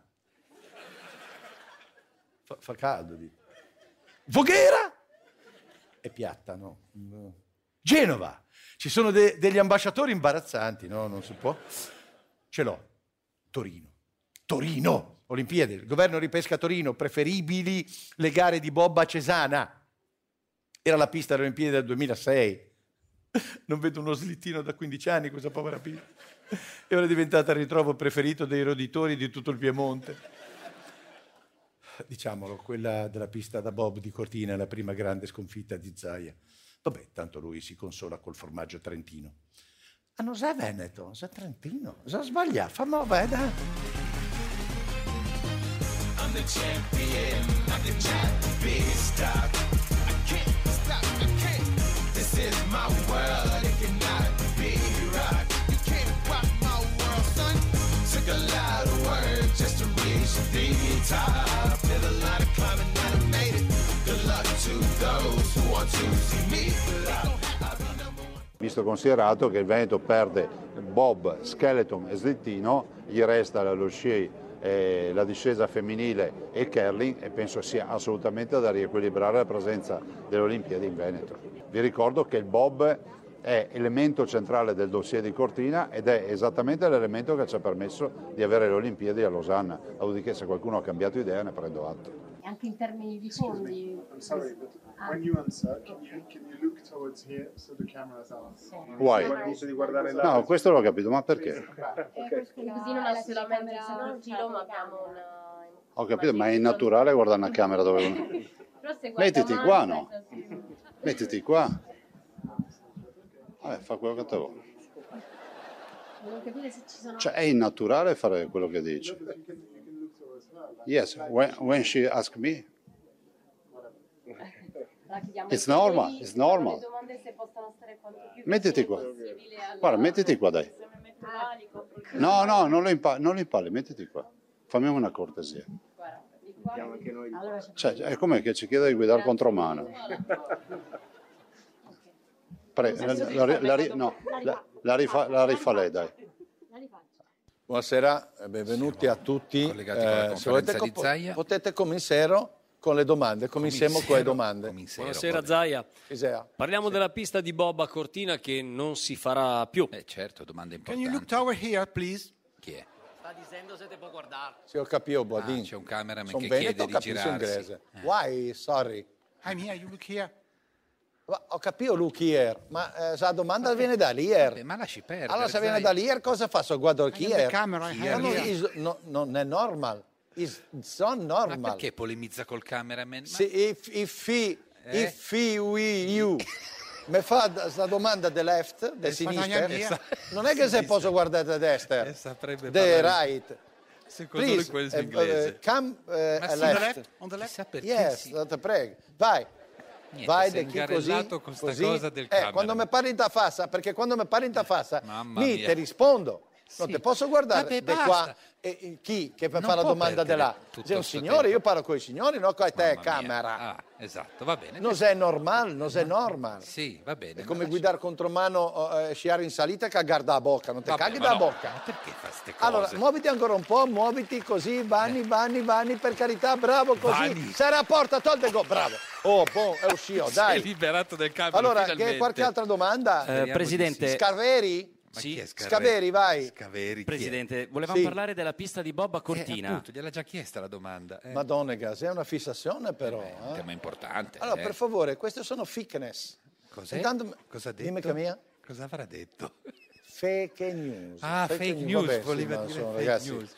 S4: Fa caldo. Voghera? È piatta, no? Genova. Ci sono degli ambasciatori imbarazzanti, no? Non si può. Ce l'ho. Torino. Olimpiadi. Il governo ripesca Torino. Preferibili le gare di bob a Cesana. Era la pista delle Olimpiadi del 2006. Non vedo uno slittino da 15 anni, questa povera pista. E ora è diventata il ritrovo preferito dei roditori di tutto il Piemonte. Diciamolo, quella della pista da bob di Cortina è la prima grande sconfitta di Zaia. Vabbè, tanto lui si consola col formaggio trentino. Ah, non sei Veneto, sei Trentino. Cosa sbagliato? Fammi vedere. I'm the champion, I can try to be stopped. I can't stop, I can't. This is my world, it cannot be rocked. You can't rock my world, son. Took a lot of work just to reach the top. Did a lot of climbing and I made it. Good luck to those who want to see me fly.
S10: Visto considerato che il Veneto perde bob, skeleton e slittino, gli resta lo sci, la discesa femminile e il curling, e penso sia assolutamente da riequilibrare la presenza delle Olimpiadi in Veneto. Vi ricordo che il bob è elemento centrale del dossier di Cortina ed è esattamente l'elemento che ci ha permesso di avere le Olimpiadi a Losanna. Dopodiché, se qualcuno ha cambiato idea, ne prendo atto.
S11: Anche in termini di fondi.
S12: I'm sorry, but when you answer, can you look towards here so the cameras are?
S10: Why?
S12: Di guardare là.
S10: No, questo l'ho capito, ma perché?
S11: Così non è solamente il filo, ma abbiamo una...
S10: Ho capito, ma è innaturale guardare una camera dove... Mettiti qua, no? Mettiti qua. Fa quello che te vuoi.
S11: Volevo capire se ci sono...
S10: Cioè, è innaturale fare quello che dici. Yes, when she asked me, it's normal, it's normal. Mettiti qua. Guarda, mettiti qua, dai. No, non lo impalli, mettiti qua. Fammi una cortesia. Cioè, è come che ci chiede di guidare contromano. La rifà lei, dai.
S4: Buonasera, benvenuti a tutti.
S3: Se volete,
S4: potete cominciare con le domande. Cominciamo con le domande.
S13: Buonasera Zaia. Parliamo della pista di bob a Cortina che non si farà più.
S3: Certo, domande importanti.
S14: Can you look tower here, please?
S3: Chi è?
S13: Sta dicendo se te può guardare.
S4: Sì, ho capito, Boadin.
S3: C'è un cameraman
S4: Son
S3: che
S4: Veneto,
S3: chiede di girarsi.
S4: Inglese. Why? Sorry.
S14: I'm here, you look here.
S4: Ma ho capito look here, ma la domanda viene da here.
S3: Ma lasci perdere.
S4: Allora se viene da here cosa faccio? Guardo il here. Non è normal. It's not normal.
S3: Ma perché polemizza col cameraman?
S4: If you mi fa questa domanda da left, da sinistra, non è che se posso guardare da destra, da right.
S3: Secondo lui questo è inglese.
S4: Come left.
S14: On the left?
S4: Yes, te prego. Vai.
S3: Niente,
S4: vai
S3: sei
S4: da chi
S3: ingarellato con sta cosa del camera.
S4: Quando mi parli in tafassa, perché quando mi parli in tafassa mi
S3: mia.
S4: ti rispondo. Non
S3: Sì.
S4: ti posso guardare da qua e chi che fa la domanda di là. Sei un signore, io parlo con i signori, non con te camera.
S3: Ah, esatto, va bene.
S4: Non sei normale, non sei normal.
S3: Sì, va bene.
S4: È come guidare contromano, sciare in salita e cagare da bocca, non ti caghi da bocca.
S3: Ma perché fa ste cose?
S4: Allora, muoviti ancora un po', muoviti così, vanni, per carità, bravo così.
S3: Vanni.
S4: Se la porta, tolta il go, bravo. Oh, boh, è uscito, dai.
S3: Si è liberato del campo.
S4: Allora, qualche altra domanda?
S13: Presidente.
S4: Scaveri?
S13: Sì,
S4: Scaveri, vai.
S3: Scaveri,
S13: Presidente, volevamo parlare della pista di bob a Cortina.
S3: Appunto, gliel'ha già chiesta la domanda.
S4: Madonna, è una fissazione però.
S3: Un tema importante.
S4: Allora, per favore, queste sono fitness.
S3: Cos'è?
S4: Intanto,
S3: Cosa ha detto?
S4: dimmi Camilla.
S3: Cosa avrà detto?
S4: Fake news.
S3: Ah, fake news,
S4: vabbè,
S3: voleva
S4: sì,
S3: dire
S4: sono,
S3: fake
S4: ragazzi,
S3: news.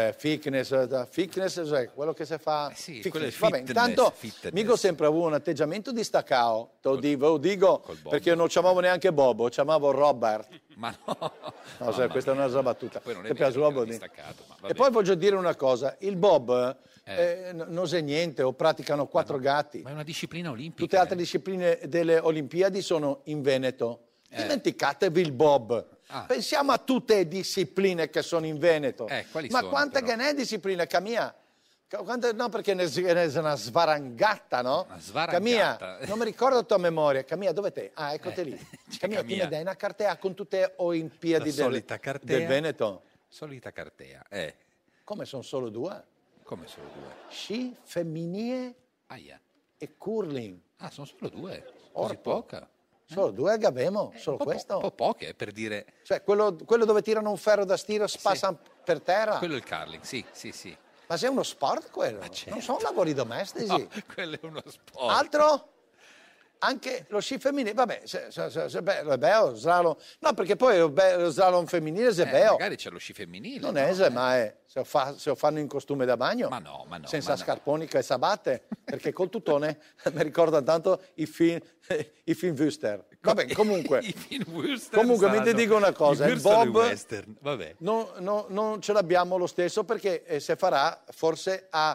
S4: Fitness è quello che si fa.
S3: Sì,
S4: fitness.
S3: quello è
S4: Vabbè,
S3: fitness,
S4: intanto
S3: fitness.
S4: Migo sempre avuto un atteggiamento di staccao, te lo dico perché io non chiamavo neanche Bobo, chiamavo Robert.
S3: Ma no.
S4: No, sai, questa è una battuta.
S3: Poi non è
S4: Ti piace
S3: vero,
S4: Bobo?
S3: distaccato, ma va
S4: E
S3: bene.
S4: poi voglio dire una cosa, il Bob non sa niente, o praticano quattro gatti.
S3: Ma è una disciplina olimpica.
S4: Tutte le altre discipline delle Olimpiadi sono in Veneto. Dimenticatevi il Bob. Pensiamo a tutte le discipline che sono in Veneto.
S3: Quali
S4: Ma
S3: sono,
S4: quante
S3: però?
S4: che ne è discipline, Camilla? No, perché ne è una svarangata, no?
S3: Una svarangata.
S4: Camilla, non mi ricordo la tua memoria. Camilla, dove te? Ah, eccoti lì. Camilla, ti
S3: Camilla.
S4: mi dai una cartea con tutte le Olimpiadi
S3: La solita cartea.
S4: del Veneto?
S3: Solita cartea.
S4: Come sono solo due?
S3: Come solo due?
S4: Sci femminile e curling.
S3: Ah, sono solo due? Così
S4: Orco.
S3: poca?
S4: Solo due che abbiamo, solo questo.
S3: Un po' poche, per dire...
S4: Cioè, quello dove tirano un ferro da stiro, spassano per terra.
S3: Quello è il curling, sì.
S4: Ma sei uno sport quello? Non sono lavori domestici.
S3: No, quello è uno sport.
S4: Altro?
S5: anche lo sci femminile, vabbè, bello, slalom. No, perché poi lo slalom femminile è bello.
S3: Magari c'è lo sci femminile.
S5: Non è, ma è. Se lo fanno in costume da bagno.
S3: Ma no.
S5: Senza scarponica e sabatte, perché col tutone mi ricorda tanto i film Wüster. Vabbè, comunque.
S3: I film Wüster
S5: comunque mi ti dico una cosa, il Bob
S3: western. Vabbè.
S5: non ce l'abbiamo lo stesso perché se farà forse a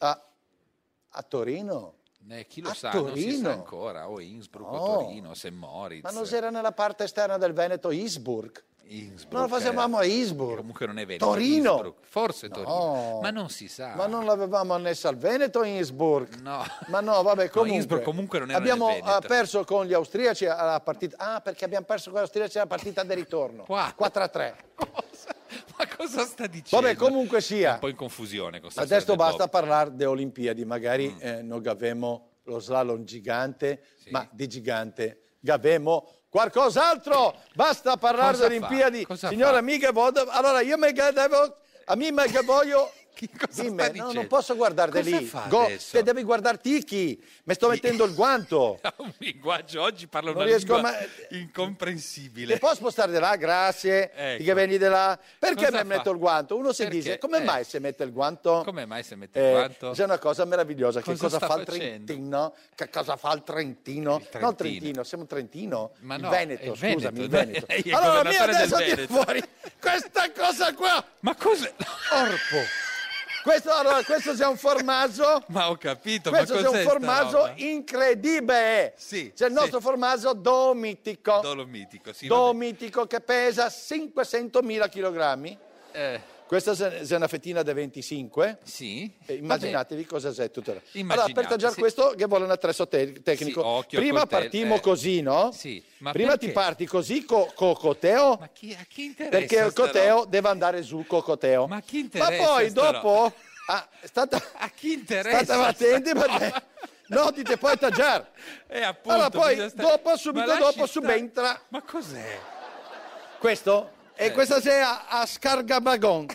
S5: Torino.
S3: Chi lo sa,
S5: Torino.
S3: non si sa ancora, o Innsbruck, o Torino, St. Moritz.
S5: Ma non si era nella parte esterna del Veneto, Innsbruck. Non lo facevamo a Innsbruck.
S3: Comunque non è Veneto.
S5: Torino.
S3: Innsbruck. Forse Torino. Ma non si sa.
S5: Ma non l'avevamo annessa al Veneto Innsbruck.
S3: No.
S5: Ma no, vabbè, comunque.
S3: Innsbruck comunque non era
S5: abbiamo
S3: nel Veneto.
S5: perso con gli austriaci alla partita. Perché abbiamo perso con gli austriaci alla partita di ritorno. 4-3.
S3: Ma cosa sta dicendo?
S5: Vabbè, comunque sia.
S3: Un po' in confusione.
S5: Adesso basta parlare di Olimpiadi. Magari non avevamo lo slalom gigante, ma di gigante avevamo qualcos'altro. Basta parlare di Olimpiadi. Signora, mica allora io mi devo... A me che voglio... Dimmi, no, non posso guardare lì. Te devi guardare Tiki. Mi sto mettendo il guanto.
S3: Un linguaggio, oggi parla
S5: Non
S3: una
S5: riesco
S3: lingua
S5: a
S3: incomprensibile.
S5: Ti può spostare di là? Grazie.
S3: Ecco.
S5: Che vieni di là? Perché
S3: Cosa
S5: mi
S3: fa?
S5: metto il guanto? Uno si dice, come mai si mette il guanto?
S3: Come mai si mette il guanto?
S5: C'è una cosa meravigliosa. Che cosa
S3: sta
S5: fa il
S3: facendo?
S5: Trentino? Che cosa fa il Trentino? No, il Trentino, siamo Trentino. Il Veneto, scusami, il Veneto. Allora, io adesso tiro fuori questa cosa qua.
S3: Ma cos'è?
S5: Orpo. Questo è un formaggio.
S3: Ma ho capito,
S5: Questo
S3: ma
S5: è
S3: cos'è
S5: un
S3: sta
S5: formaggio
S3: roba?
S5: incredibile.
S3: Sì,
S5: c'è il nostro formaggio dolomitico.
S3: Dolomitico, sì.
S5: Dolomitico che pesa 500.000 chilogrammi. Questa è una fettina da 25.
S3: Sì.
S5: Immaginatevi cosa c'è tutto.
S3: Immaginate,
S5: Allora, per tagliare
S3: sì.
S5: questo che vuole un attrezzo tecnico.
S3: Sì, occhio,
S5: prima
S3: coltello,
S5: partimo così, no?
S3: Sì. Ma
S5: prima
S3: perché?
S5: ti parti così col coteo.
S3: Ma a chi interessa?
S5: Perché il
S3: sta
S5: coteo
S3: roba?
S5: deve andare su col coteo.
S3: Ma chi interessa?
S5: Ma poi
S3: sta
S5: dopo...
S3: roba?
S5: A
S3: chi interessa?
S5: State attenti perché no, dite poi tagliare.
S3: Appunto,
S5: allora poi
S3: bisogna stare-
S5: subito
S3: Ma
S5: dopo
S3: lasci
S5: subentra
S3: Ma cos'è?
S5: questo e questa c'è a scargabagon.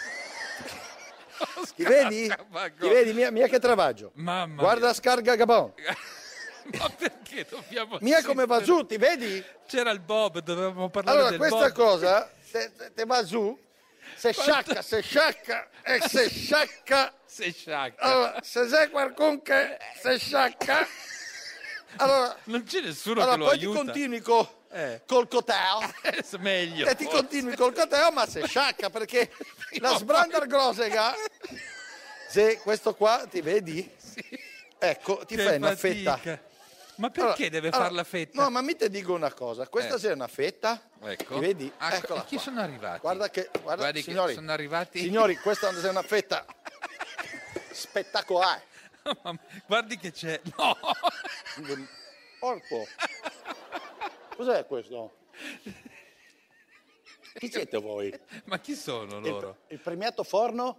S5: Ti vedi? Ti vedi mia che travaggio.
S3: Mamma
S5: Guarda scargabagon.
S3: Ma perché dobbiamo...
S5: Mia come va giù, ti vedi?
S3: C'era il Bob, dovevamo parlare
S5: Allora
S3: del
S5: questa
S3: Bob.
S5: cosa te va giù, se sciacca e se sciacca.
S3: Se sciacca.
S5: Allora, se c'è qualcuno che se sciacca, allora
S3: non c'è nessuno
S5: allora,
S3: che lo
S5: poi
S3: aiuta.
S5: ti continui col coteo.
S3: Meglio.
S5: E ti continui col coteo, ma se sciacca perché la sbrandar grosega. Se questo qua ti vedi?
S3: Sì.
S5: Ecco, ti
S3: Che
S5: fai una
S3: fatica.
S5: fetta.
S3: Ma perché deve far la fetta?
S5: No, ma mi te dico una cosa, questa c'è una fetta.
S3: Ecco.
S5: Ti vedi?
S3: Ah,
S5: Eccola
S3: chi
S5: qua.
S3: sono arrivati?
S5: Guarda
S3: Guardi
S5: signori,
S3: che sono arrivati.
S5: Signori, questa è una fetta spettacolare.
S3: Guardi che c'è. No!
S5: Orpo. Cos'è questo? Chi siete voi?
S3: Ma chi sono loro?
S5: Il premiato forno?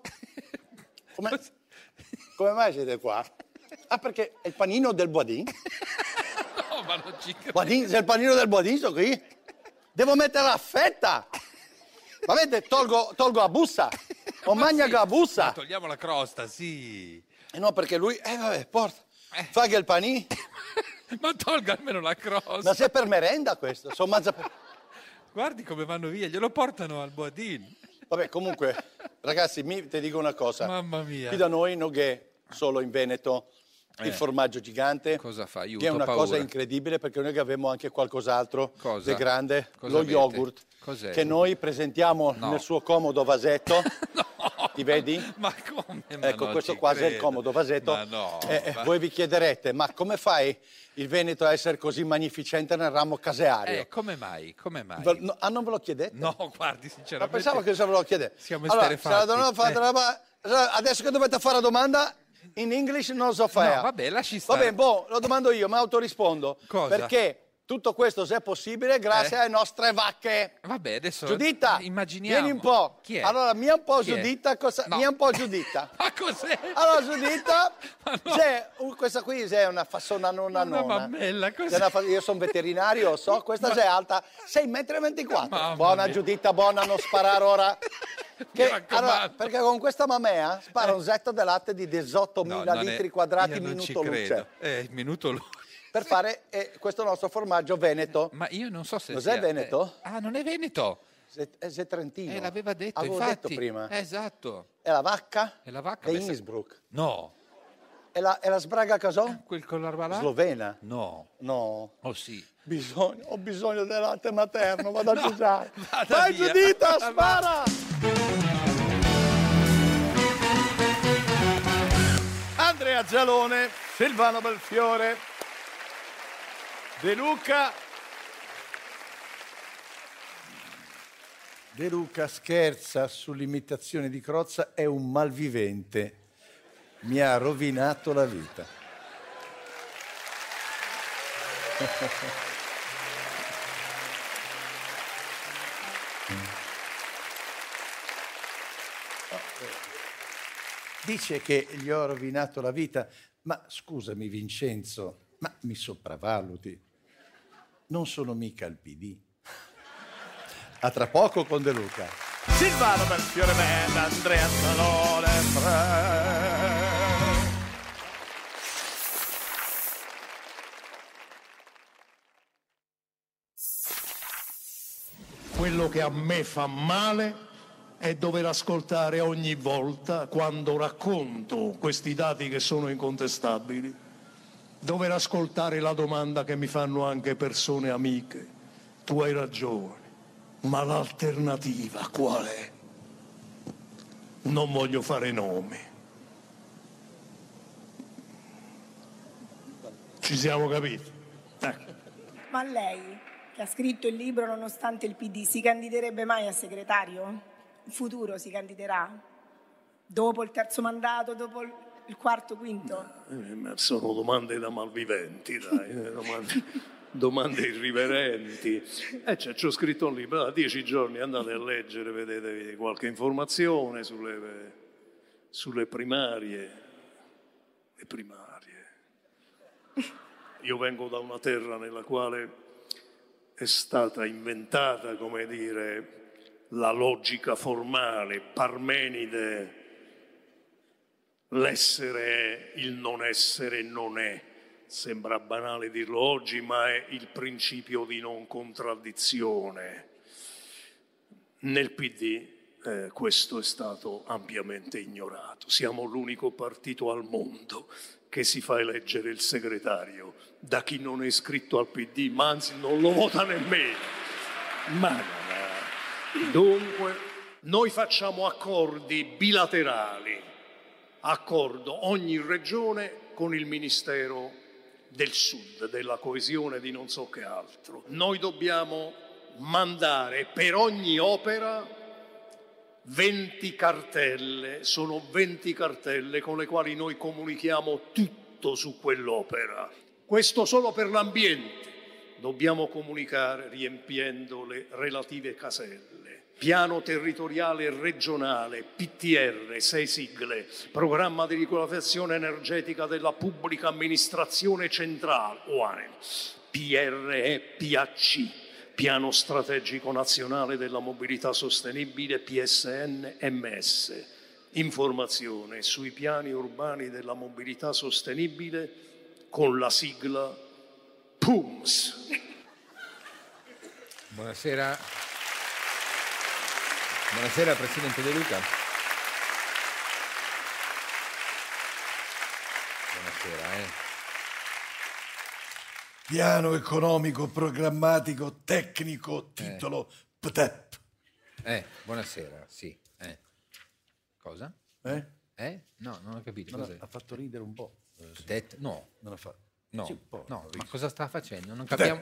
S5: Come mai siete qua? Ah, perché è il panino del Boadin?
S3: No, ma non ci credo.
S5: Boadin, se il panino del Boadin sono qui? Devo mettere la fetta! Ma vedete, tolgo la bussa! O magna la bussa!
S3: Ma togliamo la crosta, sì.
S5: No, perché lui... vabbè, porta. Fa che il panino...
S3: Ma tolga almeno la crosta.
S5: Ma se per merenda questo?
S3: Guardi come vanno via, glielo portano al Boadin.
S5: Vabbè, comunque, ragazzi, ti dico una cosa.
S3: Mamma mia.
S5: Qui da noi non è solo in Veneto il formaggio gigante.
S3: Cosa fa? Aiuto,
S5: che è una
S3: paura.
S5: cosa incredibile perché noi abbiamo anche qualcos'altro
S3: Cosa?
S5: di grande,
S3: Cosa
S5: lo
S3: avete?
S5: yogurt,
S3: Cos'è?
S5: che noi presentiamo nel suo comodo vasetto. Ti vedi?
S3: Ma come? Ma
S5: Ecco,
S3: non
S5: questo
S3: ci
S5: qua è il
S3: credo.
S5: comodo vasetto.
S3: Ma no. ma-
S5: Voi vi chiederete, ma come fai il Veneto a essere così magnificente nel ramo caseario?
S3: Come mai? Come mai?
S5: Non ve lo chiedete?
S3: No, guardi, sinceramente.
S5: Ma pensavo che se ve lo chiedete.
S3: Siamo
S5: Allora,
S3: esterrefatti.
S5: adesso che dovete fare la domanda, in English non so fare.
S3: No, vabbè, lasci stare.
S5: Vabbè, lo domando io, ma autorispondo.
S3: Cosa?
S5: Perché tutto questo se è possibile grazie alle nostre vacche.
S3: Vabbè, adesso
S5: Giuditta,
S3: immaginiamo.
S5: vieni un po'.
S3: Chi è?
S5: Allora, mia un po'
S3: Chi è?
S5: Giuditta,
S3: No.
S5: mia un po' Giuditta.
S3: Ma cos'è?
S5: Allora, Giuditta,
S3: no.
S5: questa qui è una fassona nonna.
S3: mammella, cos'è?
S5: Io sono veterinario, so, questa è alta 6,24 m.
S3: Mamma
S5: Buona
S3: mia.
S5: Giuditta, buona, non sparare ora.
S3: Mi raccomando.
S5: Allora, perché con questa mamea spara un zetto di latte di 18.000 litri quadrati
S3: io non ci
S5: minuto
S3: credo.
S5: luce.
S3: Minuto luce.
S5: per fare questo nostro formaggio veneto.
S3: Ma io non so se
S5: Cos'è Veneto?
S3: non è Veneto.
S5: È trentino.
S3: L'aveva detto,
S5: Avevo
S3: infatti.
S5: detto prima.
S3: Esatto.
S5: È la vacca?
S3: È la vacca.
S5: Di Innsbruck.
S3: No.
S5: È la sbraga casò?
S3: Quel con l'arba là?
S5: Slovena?
S3: No.
S5: No.
S3: Oh sì.
S5: Ho bisogno del latte materno, vado a usare.
S3: vada
S5: Vai
S3: via.
S5: Giudita, spara! Andrea Gialone, Silvano Belfiore, De Luca. De Luca scherza sull'imitazione di Crozza, è un malvivente. Mi ha rovinato la vita. Dice che gli ho rovinato la vita, ma scusami Vincenzo, ma mi sopravvaluti. Non sono mica il PD. A tra poco con De Luca. Silvano Belfiore Band, Andrea Gialone.
S15: Quello che a me fa male è dover ascoltare ogni volta, quando racconto questi dati che sono incontestabili, dover ascoltare la domanda che mi fanno anche persone amiche. Tu hai ragione, ma l'alternativa qual è? Non voglio fare nomi. Ci siamo capiti?
S16: Ma lei, che ha scritto il libro Nonostante il PD, si candiderebbe mai a segretario? In futuro si candiderà? Dopo il terzo mandato, dopo il quarto, quinto?
S15: Sono domande da malviventi, dai, domande irriverenti. C'ho scritto un libro, da 10 giorni andate a leggere, vedete qualche informazione sulle primarie. Le primarie. Io vengo da una terra nella quale è stata inventata, come dire, la logica formale, Parmenide, l'essere è, il non essere non è. Sembra banale dirlo oggi, ma è il principio di non contraddizione. Nel PD questo è stato ampiamente ignorato. Siamo l'unico partito al mondo che si fa eleggere il segretario da chi non è iscritto al PD, ma anzi non lo vota nemmeno. Dunque, noi facciamo accordi bilaterali, accordo ogni regione con il Ministero del Sud, della coesione, di non so che altro. Noi dobbiamo mandare per ogni opera 20 cartelle, sono 20 cartelle con le quali noi comunichiamo tutto su quell'opera. Questo solo per l'ambiente. Dobbiamo comunicare riempiendo le relative caselle. Piano territoriale regionale, PTR, 6 sigle, programma di riqualificazione energetica della pubblica amministrazione centrale, OANE, PRE-PAC, piano strategico nazionale della mobilità sostenibile, PSN-MS, informazione sui piani urbani della mobilità sostenibile con la sigla PUMS.
S3: Buonasera. Buonasera Presidente De Luca. Buonasera.
S5: Piano economico, programmatico, tecnico, titolo PTEP.
S3: Buonasera, sì. Cosa? No, non ho capito. Cos'è?
S5: Ha fatto ridere un po'.
S3: No.
S5: Non ha fatto.
S3: No,
S5: Sì, un po'.
S3: no, ma cosa sta facendo? Non capiamo.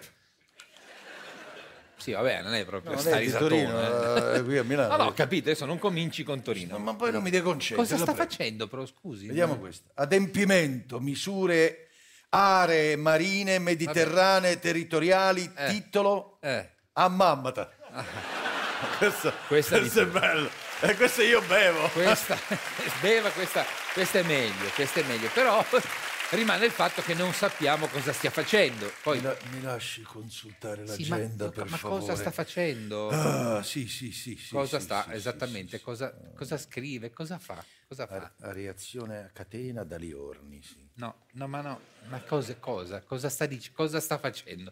S3: Sì, vabbè, non è proprio sta
S5: risatone. Qui a Milano.
S3: No, ho capito, adesso non cominci con Torino.
S5: Ma poi non mi deconcentri.
S3: Cosa sta facendo, però, scusi?
S5: Vediamo questo. Adempimento, misure, aree marine, mediterranee, territoriali, titolo a mammata. Questo è bello. Questo io bevo.
S3: Questa è meglio, però rimane il fatto che non sappiamo cosa stia facendo. Poi
S5: mi lasci consultare l'agenda, per favore.
S3: Ma cosa sta facendo?
S5: Sì.
S3: Cosa sta esattamente? Cosa scrive? Cosa fa? Cosa fa?
S4: A reazione a catena da Liorni, sì.
S3: No, ma cosa sta facendo?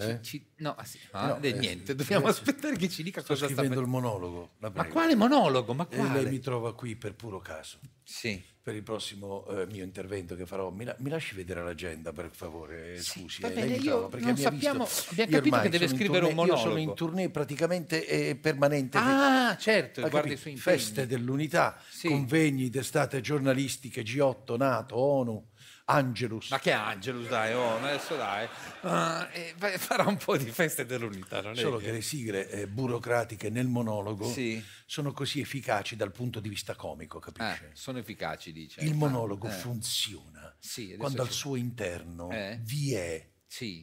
S3: Niente, dobbiamo aspettare che ci dica
S4: sto
S3: cosa sta
S4: scrivendo
S3: facendo.
S4: il monologo.
S3: Ma quale monologo? Ma
S4: E
S3: quale?
S4: lei mi trova qui per puro caso.
S3: Sì.
S4: Per il prossimo mio intervento che farò, mi lasci vedere l'agenda per favore, scusi.
S3: Va bene,
S4: lei mi
S3: io
S4: trova, perché
S3: non
S4: mi ha
S3: sappiamo,
S4: visto-
S3: abbiamo
S4: io
S3: capito
S4: ormai
S3: che deve
S4: sono in
S3: scrivere un
S4: tournée,
S3: monologo.
S4: Io sono in tournée praticamente permanente.
S3: Ah, certo,
S4: Ha
S3: guarda i
S4: capito?
S3: suoi impegni.
S4: Feste dell'unità, convegni, testate giornalistiche, G8, NATO, ONU, Angelus.
S3: Ma che Angelus, dai, adesso dai. Farà un po' di feste dell'unità, non è
S4: Solo che le sigle burocratiche nel monologo
S3: Sì.
S4: sono così efficaci dal punto di vista comico, capisce?
S3: sono efficaci, dice.
S4: Il monologo funziona
S3: Sì, adesso
S4: quando al
S3: ci-
S4: suo interno vi è.
S3: Sì.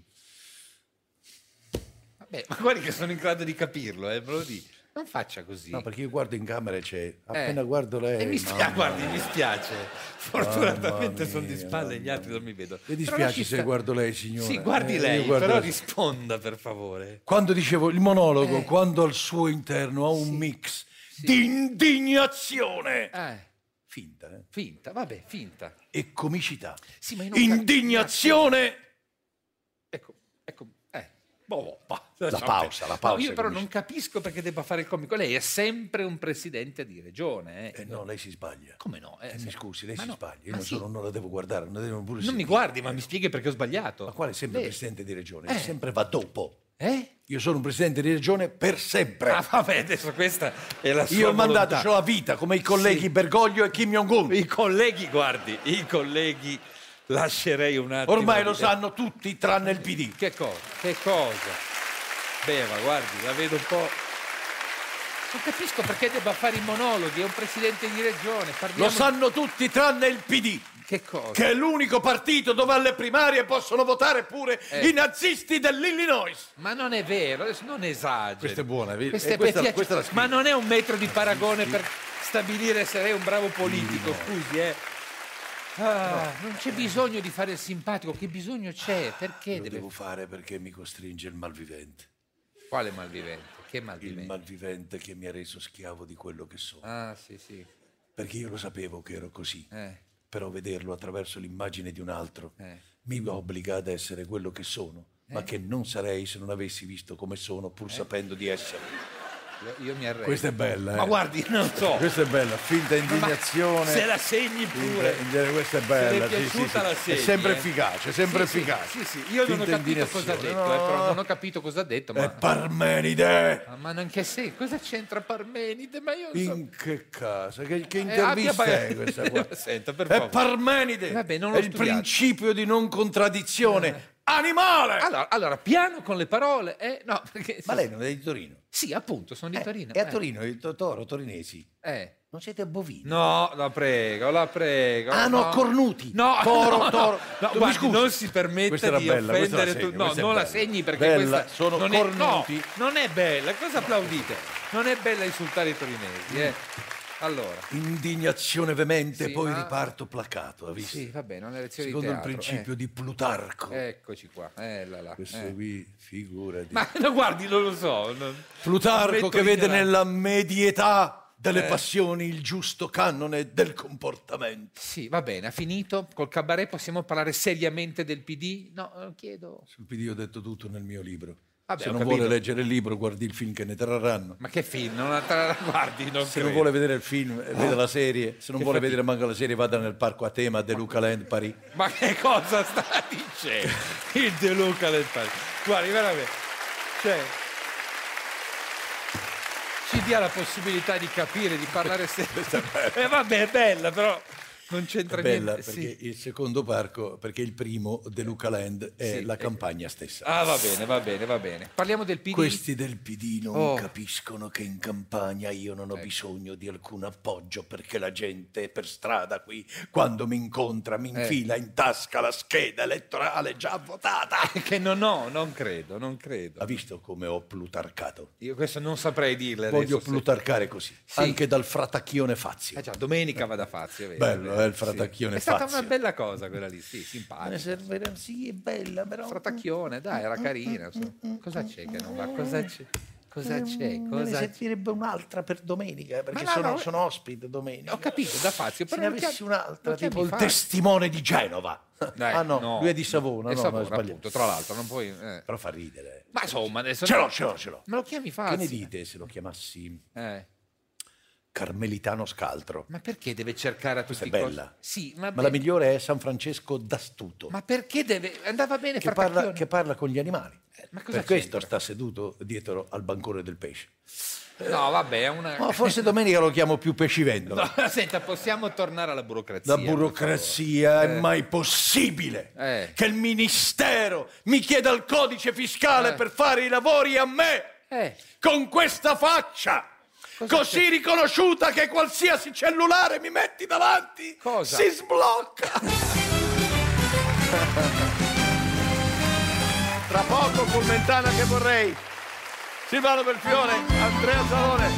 S3: Vabbè, ma guardi che sono in grado di capirlo, ve lo dico. Non faccia così.
S4: No, perché io guardo in camera e c'è. Appena guardo lei.
S3: Mi
S4: mamma
S3: guardi,
S4: mia.
S3: mi spiace. Fortunatamente
S4: Mamma
S3: sono di
S4: mia,
S3: spalle e gli altri non mi vedono.
S4: Mi
S3: Però
S4: dispiace
S3: lasci
S4: se
S3: sta-
S4: guardo lei, signora.
S3: Sì, guardi lei,
S4: io guardo
S3: però
S4: lei.
S3: risponda per favore.
S4: Quando dicevo il monologo, quando al suo interno ha un mix di indignazione. Finta,
S3: Finta, vabbè, finta.
S4: E comicità.
S3: Sì, ma io non
S4: Indignazione.
S3: Ecco.
S4: La pausa.
S3: No, io però non capisco perché debba fare il comico. Lei è sempre un presidente di regione.
S4: No, lei si sbaglia.
S3: Come no?
S4: Mi scusi, lei
S3: ma
S4: si
S3: no,
S4: sbaglia. Io
S3: ma
S4: non la devo guardare, non la devo pure
S3: Non
S4: sentire.
S3: mi guardi, ma mi spieghi perché ho sbagliato.
S4: Ma quale sempre
S3: Lei-
S4: presidente di regione? Sempre va dopo.
S3: Eh?
S4: Io sono un presidente di regione per sempre.
S3: Ah, vabbè, adesso questa è la sua
S4: Io ho mandato,
S3: volontà.
S4: c'ho la vita, come i colleghi Bergoglio e Kim Jong-un.
S3: I colleghi, guardi, lascerei un attimo.
S4: Ormai lo sanno tutti, tranne il PD.
S3: Che cosa? Beva, guardi, la vedo un po'. Non capisco perché debba fare i monologhi, è un presidente di regione.
S4: Lo sanno tutti, tranne il PD.
S3: Che cosa?
S4: Che è l'unico partito dove alle primarie possono votare pure i nazisti dell'Illinois.
S3: Ma non è vero, adesso non esageri.
S4: Questa è buona, vedi?
S3: Questa è
S4: Questa
S3: per
S4: la
S3: ma non è un metro di paragone per stabilire se lei è un bravo politico, scusi, non c'è bisogno di fare il simpatico, che bisogno c'è? Perché
S4: Lo devo fare perché mi costringe il malvivente.
S3: Quale malvivente? Che malvivente?
S4: Il malvivente che mi ha reso schiavo di quello che sono.
S3: Ah, sì.
S4: Perché io lo sapevo che ero così. Però vederlo attraverso l'immagine di un altro mi obbliga ad essere quello che sono, ma che non sarei se non avessi visto come sono, pur sapendo di essere.
S3: Io mi arrendo.
S4: Questa è bella,
S3: Ma guardi, non so.
S4: Questa è bella, finta indignazione.
S3: Se la segni pure.
S4: Questa è bella,
S3: Se le è piaciuta la segni,
S4: È sempre efficace, sempre efficace.
S3: Sì, io non ho
S4: Finta
S3: capito cosa ha detto,
S4: indignazione.
S3: però non ho capito cosa ha detto.
S4: È
S3: Ma...
S4: Parmenide!
S3: Ma non che sei, cosa c'entra Parmenide? Ma io non so.
S4: In che casa? Che intervista è questa qua?
S3: Senta, per
S4: È
S3: favore.
S4: Parmenide!
S3: Vabbè, non
S4: è
S3: l'ho
S4: il
S3: studiato.
S4: principio di non contraddizione. Animale!
S3: Allora, piano con le parole. No, perché...
S4: Ma lei non è di Torino?
S3: Sì, appunto, sono di Torino.
S4: E a Torino, il torinesi. Non siete bovini?
S3: No, la prego.
S4: Ah, no, cornuti.
S3: No,
S4: Toro.
S3: No,
S4: Mi
S3: guardi,
S4: scusi.
S3: non si permetta
S4: Questa era
S3: di
S4: bella, questa la
S3: offendere
S4: segno,
S3: tutti. No,
S4: questa è
S3: non la
S4: bella.
S3: segni perché
S4: Bella,
S3: questa
S4: sono
S3: non
S4: cornuti.
S3: non è bella. Cosa applaudite? Non è bella insultare i torinesi, Allora.
S4: Indignazione veemente,
S3: Sì,
S4: poi
S3: ma-
S4: riparto placato, ha visto?
S3: Sì, va bene, una lezione
S4: Secondo
S3: di
S4: il
S3: teatro.
S4: principio di Plutarco.
S3: Eccoci qua. Là.
S4: Questo qui, figurati.
S3: Ma no, guardi, non lo so.
S4: Plutarco
S3: ammetto
S4: che vede
S3: ignorante.
S4: nella medietà delle passioni il giusto canone del comportamento.
S3: Sì, va bene, ha finito. Col cabaret possiamo parlare seriamente del PD? No, chiedo.
S4: Sul PD ho detto tutto nel mio libro.
S3: Vabbè,
S4: Se
S3: ho
S4: non
S3: capito.
S4: vuole leggere il libro, guardi il film che ne trarranno.
S3: Ma che film? Non guardi, non
S4: Se non
S3: credo.
S4: vuole vedere il film, veda la serie. Se non
S3: Che
S4: vuole
S3: fatica.
S4: vedere manco la serie, vada nel parco a tema De Luca Land Paris.
S3: Ma che cosa sta dicendo? Il De Luca del Paese. Guardi, veramente. Cioè, ci dia la possibilità di capire, di parlare sempre. Vabbè, è bella, però non c'entra
S4: È bella
S3: niente.
S4: perché
S3: Sì.
S4: il secondo parco, perché il primo De Luca Land è
S3: Sì,
S4: la campagna stessa.
S3: Ah, va bene. Parliamo del PD.
S4: Questi del PD non
S3: Oh.
S4: capiscono che in campagna io non ho bisogno di alcun appoggio perché la gente per strada qui, quando mi incontra, mi infila in tasca la scheda elettorale già votata.
S3: Che non credo.
S4: Ha visto come ho plutarcato?
S3: Io questo non saprei dirle
S4: Voglio
S3: adesso.
S4: plutarcare così,
S3: Sì.
S4: anche dal fratacchione Fazio.
S3: Già, domenica va da Fazio. Vero,
S4: Bello,
S3: vero.
S4: il fratacchione
S3: È stata
S4: Fazio.
S3: una bella cosa quella lì, sì, simpatica.
S4: Sì, è bella, però.
S3: Fratacchione, dai, era carina. Cosa c'è che non va? Cosa Cosa c'è?
S4: Me ne servirebbe un'altra per domenica, perché sono ospite domenica.
S3: Ho capito, da Fazio.
S4: Se ne avessi un'altra, tipo il testimone di Genova.
S3: No,
S4: lui è di Savona.
S3: Savona,
S4: ho sbagliato.
S3: appunto, tra l'altro, non puoi...
S4: Però fa ridere.
S3: Ma insomma, adesso...
S4: Ce l'ho.
S3: Me lo chiami Fazio?
S4: Che ne dite se lo chiamassi Carmelitano Scaltro?
S3: Ma perché deve cercare a tutti i
S4: costi? Questa è bella.
S3: Sì,
S4: ma la migliore è San Francesco d'Astuto.
S3: Ma perché deve... Andava bene
S4: che parla con gli animali.
S3: Ma cosa
S4: per questo sta seduto dietro al bancone del pesce.
S3: No, vabbè, è una...
S4: No, forse domenica lo chiamo più pescivendolo.
S3: No, senta, possiamo tornare alla burocrazia.
S4: La burocrazia è mai possibile che il ministero mi chieda il codice fiscale per fare i lavori a me con questa faccia così riconosciuta che qualsiasi cellulare mi metti davanti si sblocca. Tra poco Fulmentana che vorrei. Silvano Belfiore, Andrea Salone.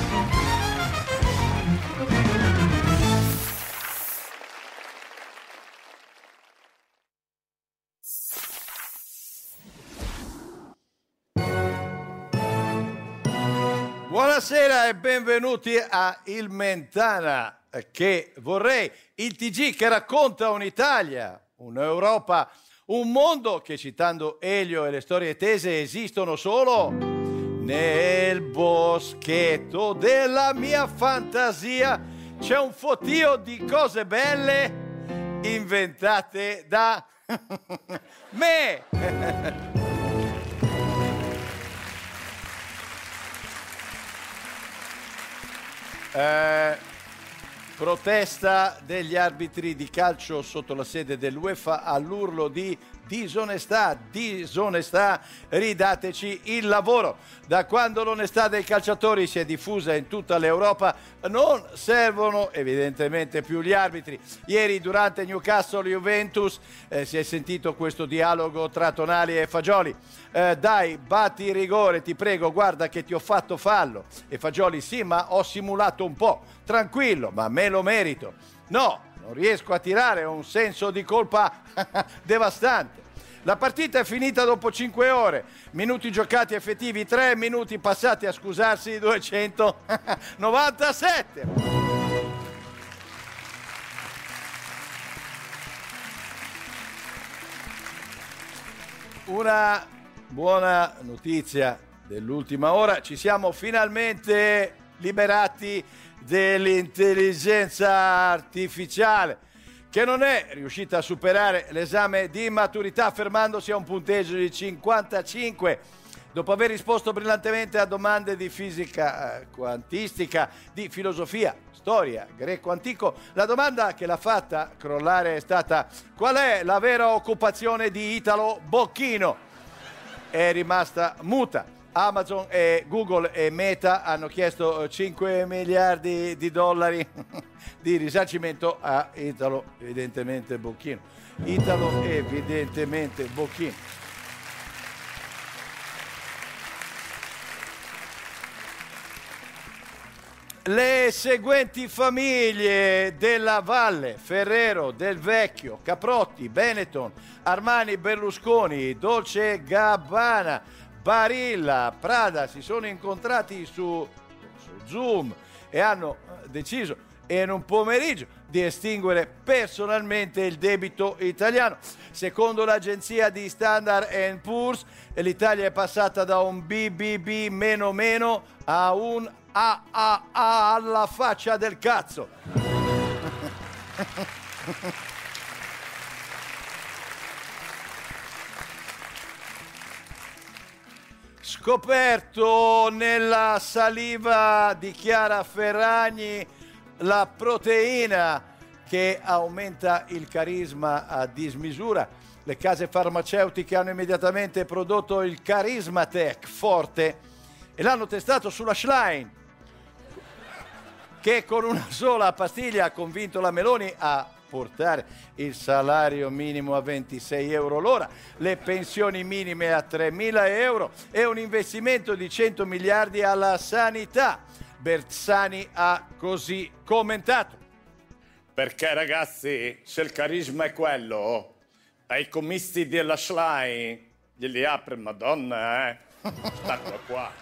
S4: Buonasera e benvenuti a Il Mentana che vorrei, il TG che racconta un'Italia, un'Europa, un mondo che, citando Elio e le storie tese, esistono solo nel boschetto della mia fantasia. C'è un fottio di cose belle inventate da me. Protesta degli arbitri di calcio sotto la sede dell'UEFA all'urlo di disonestà, ridateci il lavoro. Da quando l'onestà dei calciatori si è diffusa in tutta l'Europa non servono evidentemente più gli arbitri. Ieri durante Newcastle-Juventus si è sentito questo dialogo tra Tonali e Fagioli. Dai, batti il rigore, ti prego, guarda che ti ho fatto fallo. E Fagioli, sì, ma ho simulato un po'. Tranquillo, ma me lo merito. No, non riesco a tirare, ho un senso di colpa devastante. La partita è finita dopo 5 ore, minuti giocati effettivi 3, minuti passati a scusarsi 297. Una buona notizia dell'ultima ora, ci siamo finalmente liberati dell'intelligenza artificiale, che non è riuscita a superare l'esame di maturità fermandosi a un punteggio di 55 dopo aver risposto brillantemente a domande di fisica quantistica, di filosofia, storia, greco antico. La domanda che l'ha fatta crollare è stata: qual è la vera occupazione di Italo Bocchino? È rimasta muta. Amazon e Google e Meta hanno chiesto 5 miliardi di dollari di risarcimento a Italo evidentemente Bocchino. Italo evidentemente Bocchino. Le seguenti famiglie della Valle: Ferrero, Del Vecchio, Caprotti, Benetton, Armani, Berlusconi, Dolce Gabbana, Barilla, Prada si sono incontrati su Zoom e hanno deciso in un pomeriggio di estinguere personalmente il debito italiano. Secondo l'agenzia di Standard & Poor's, l'Italia è passata da un BBB- a un AAA alla faccia del cazzo. Scoperto nella saliva di Chiara Ferragni la proteina che aumenta il carisma a dismisura. Le case farmaceutiche hanno immediatamente prodotto il Carismatec Forte e l'hanno testato sulla Schlein, che con una sola pastiglia ha convinto la Meloni a portare il salario minimo a 26 euro l'ora, le pensioni minime a 3.000 euro e un investimento di 100 miliardi alla sanità. Bersani ha così commentato: perché ragazzi, se il carisma è quello, ai comizi della Schlein glieli apre Madonna,
S17: Stanno qua.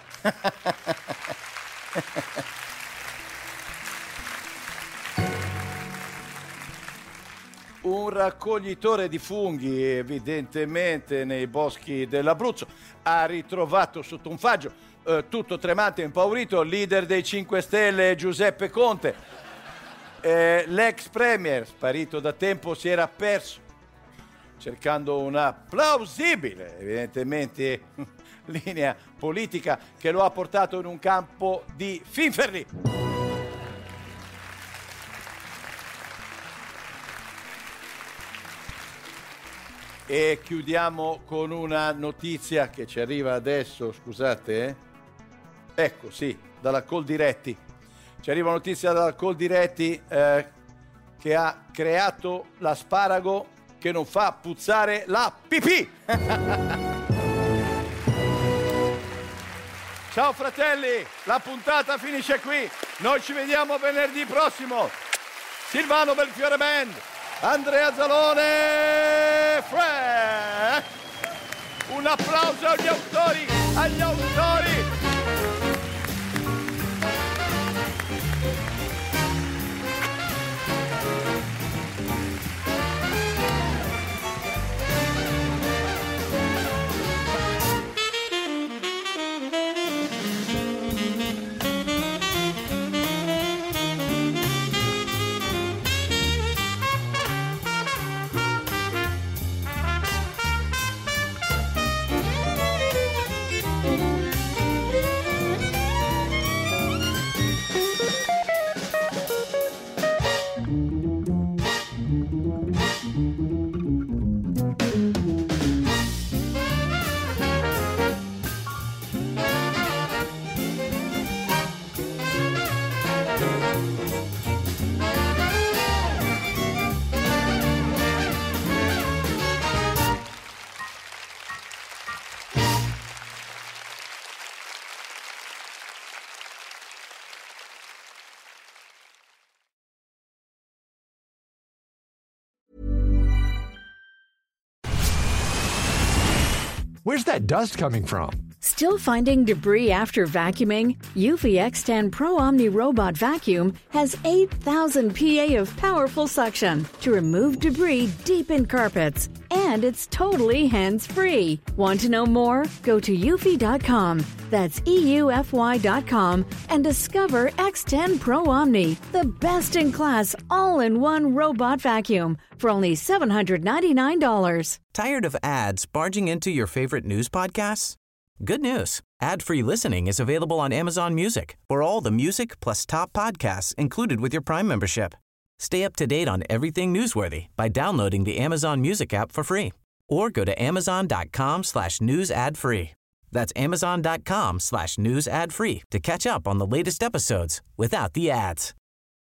S4: Un raccoglitore di funghi, evidentemente nei boschi dell'Abruzzo, ha ritrovato sotto un faggio, tutto tremante e impaurito, il leader dei 5 Stelle Giuseppe Conte. L'ex premier, sparito da tempo, si era perso, cercando una plausibile, evidentemente, linea politica che lo ha portato in un campo di Finferli. E chiudiamo con una notizia che ci arriva adesso, scusate. Ecco, sì, dalla Coldiretti. Ci arriva una notizia dalla Coldiretti che ha creato l'asparago che non fa puzzare la pipì. Ciao fratelli, la puntata finisce qui. Noi ci vediamo venerdì prossimo. Silvano Belfiore Band, Andrea Zalone, un applauso agli autori, agli autori.
S18: Where's that dust coming from?
S19: Still finding debris after vacuuming? Eufy X10 Pro Omni Robot Vacuum has 8,000 PA of powerful suction to remove debris deep in carpets. And it's totally hands-free. Want to know more? Go to eufy.com. That's EUFY.com and discover X10 Pro Omni, the best-in-class all-in-one robot vacuum for only $799.
S1: Tired of ads barging into your favorite news podcasts? Good news. Ad-free listening is available on Amazon Music for all the music plus top podcasts included with your Prime membership. Stay up to date on everything newsworthy by downloading the Amazon Music app for free or go to amazon.com/news ad free. That's amazon.com/news ad free to catch up on the latest episodes without the ads.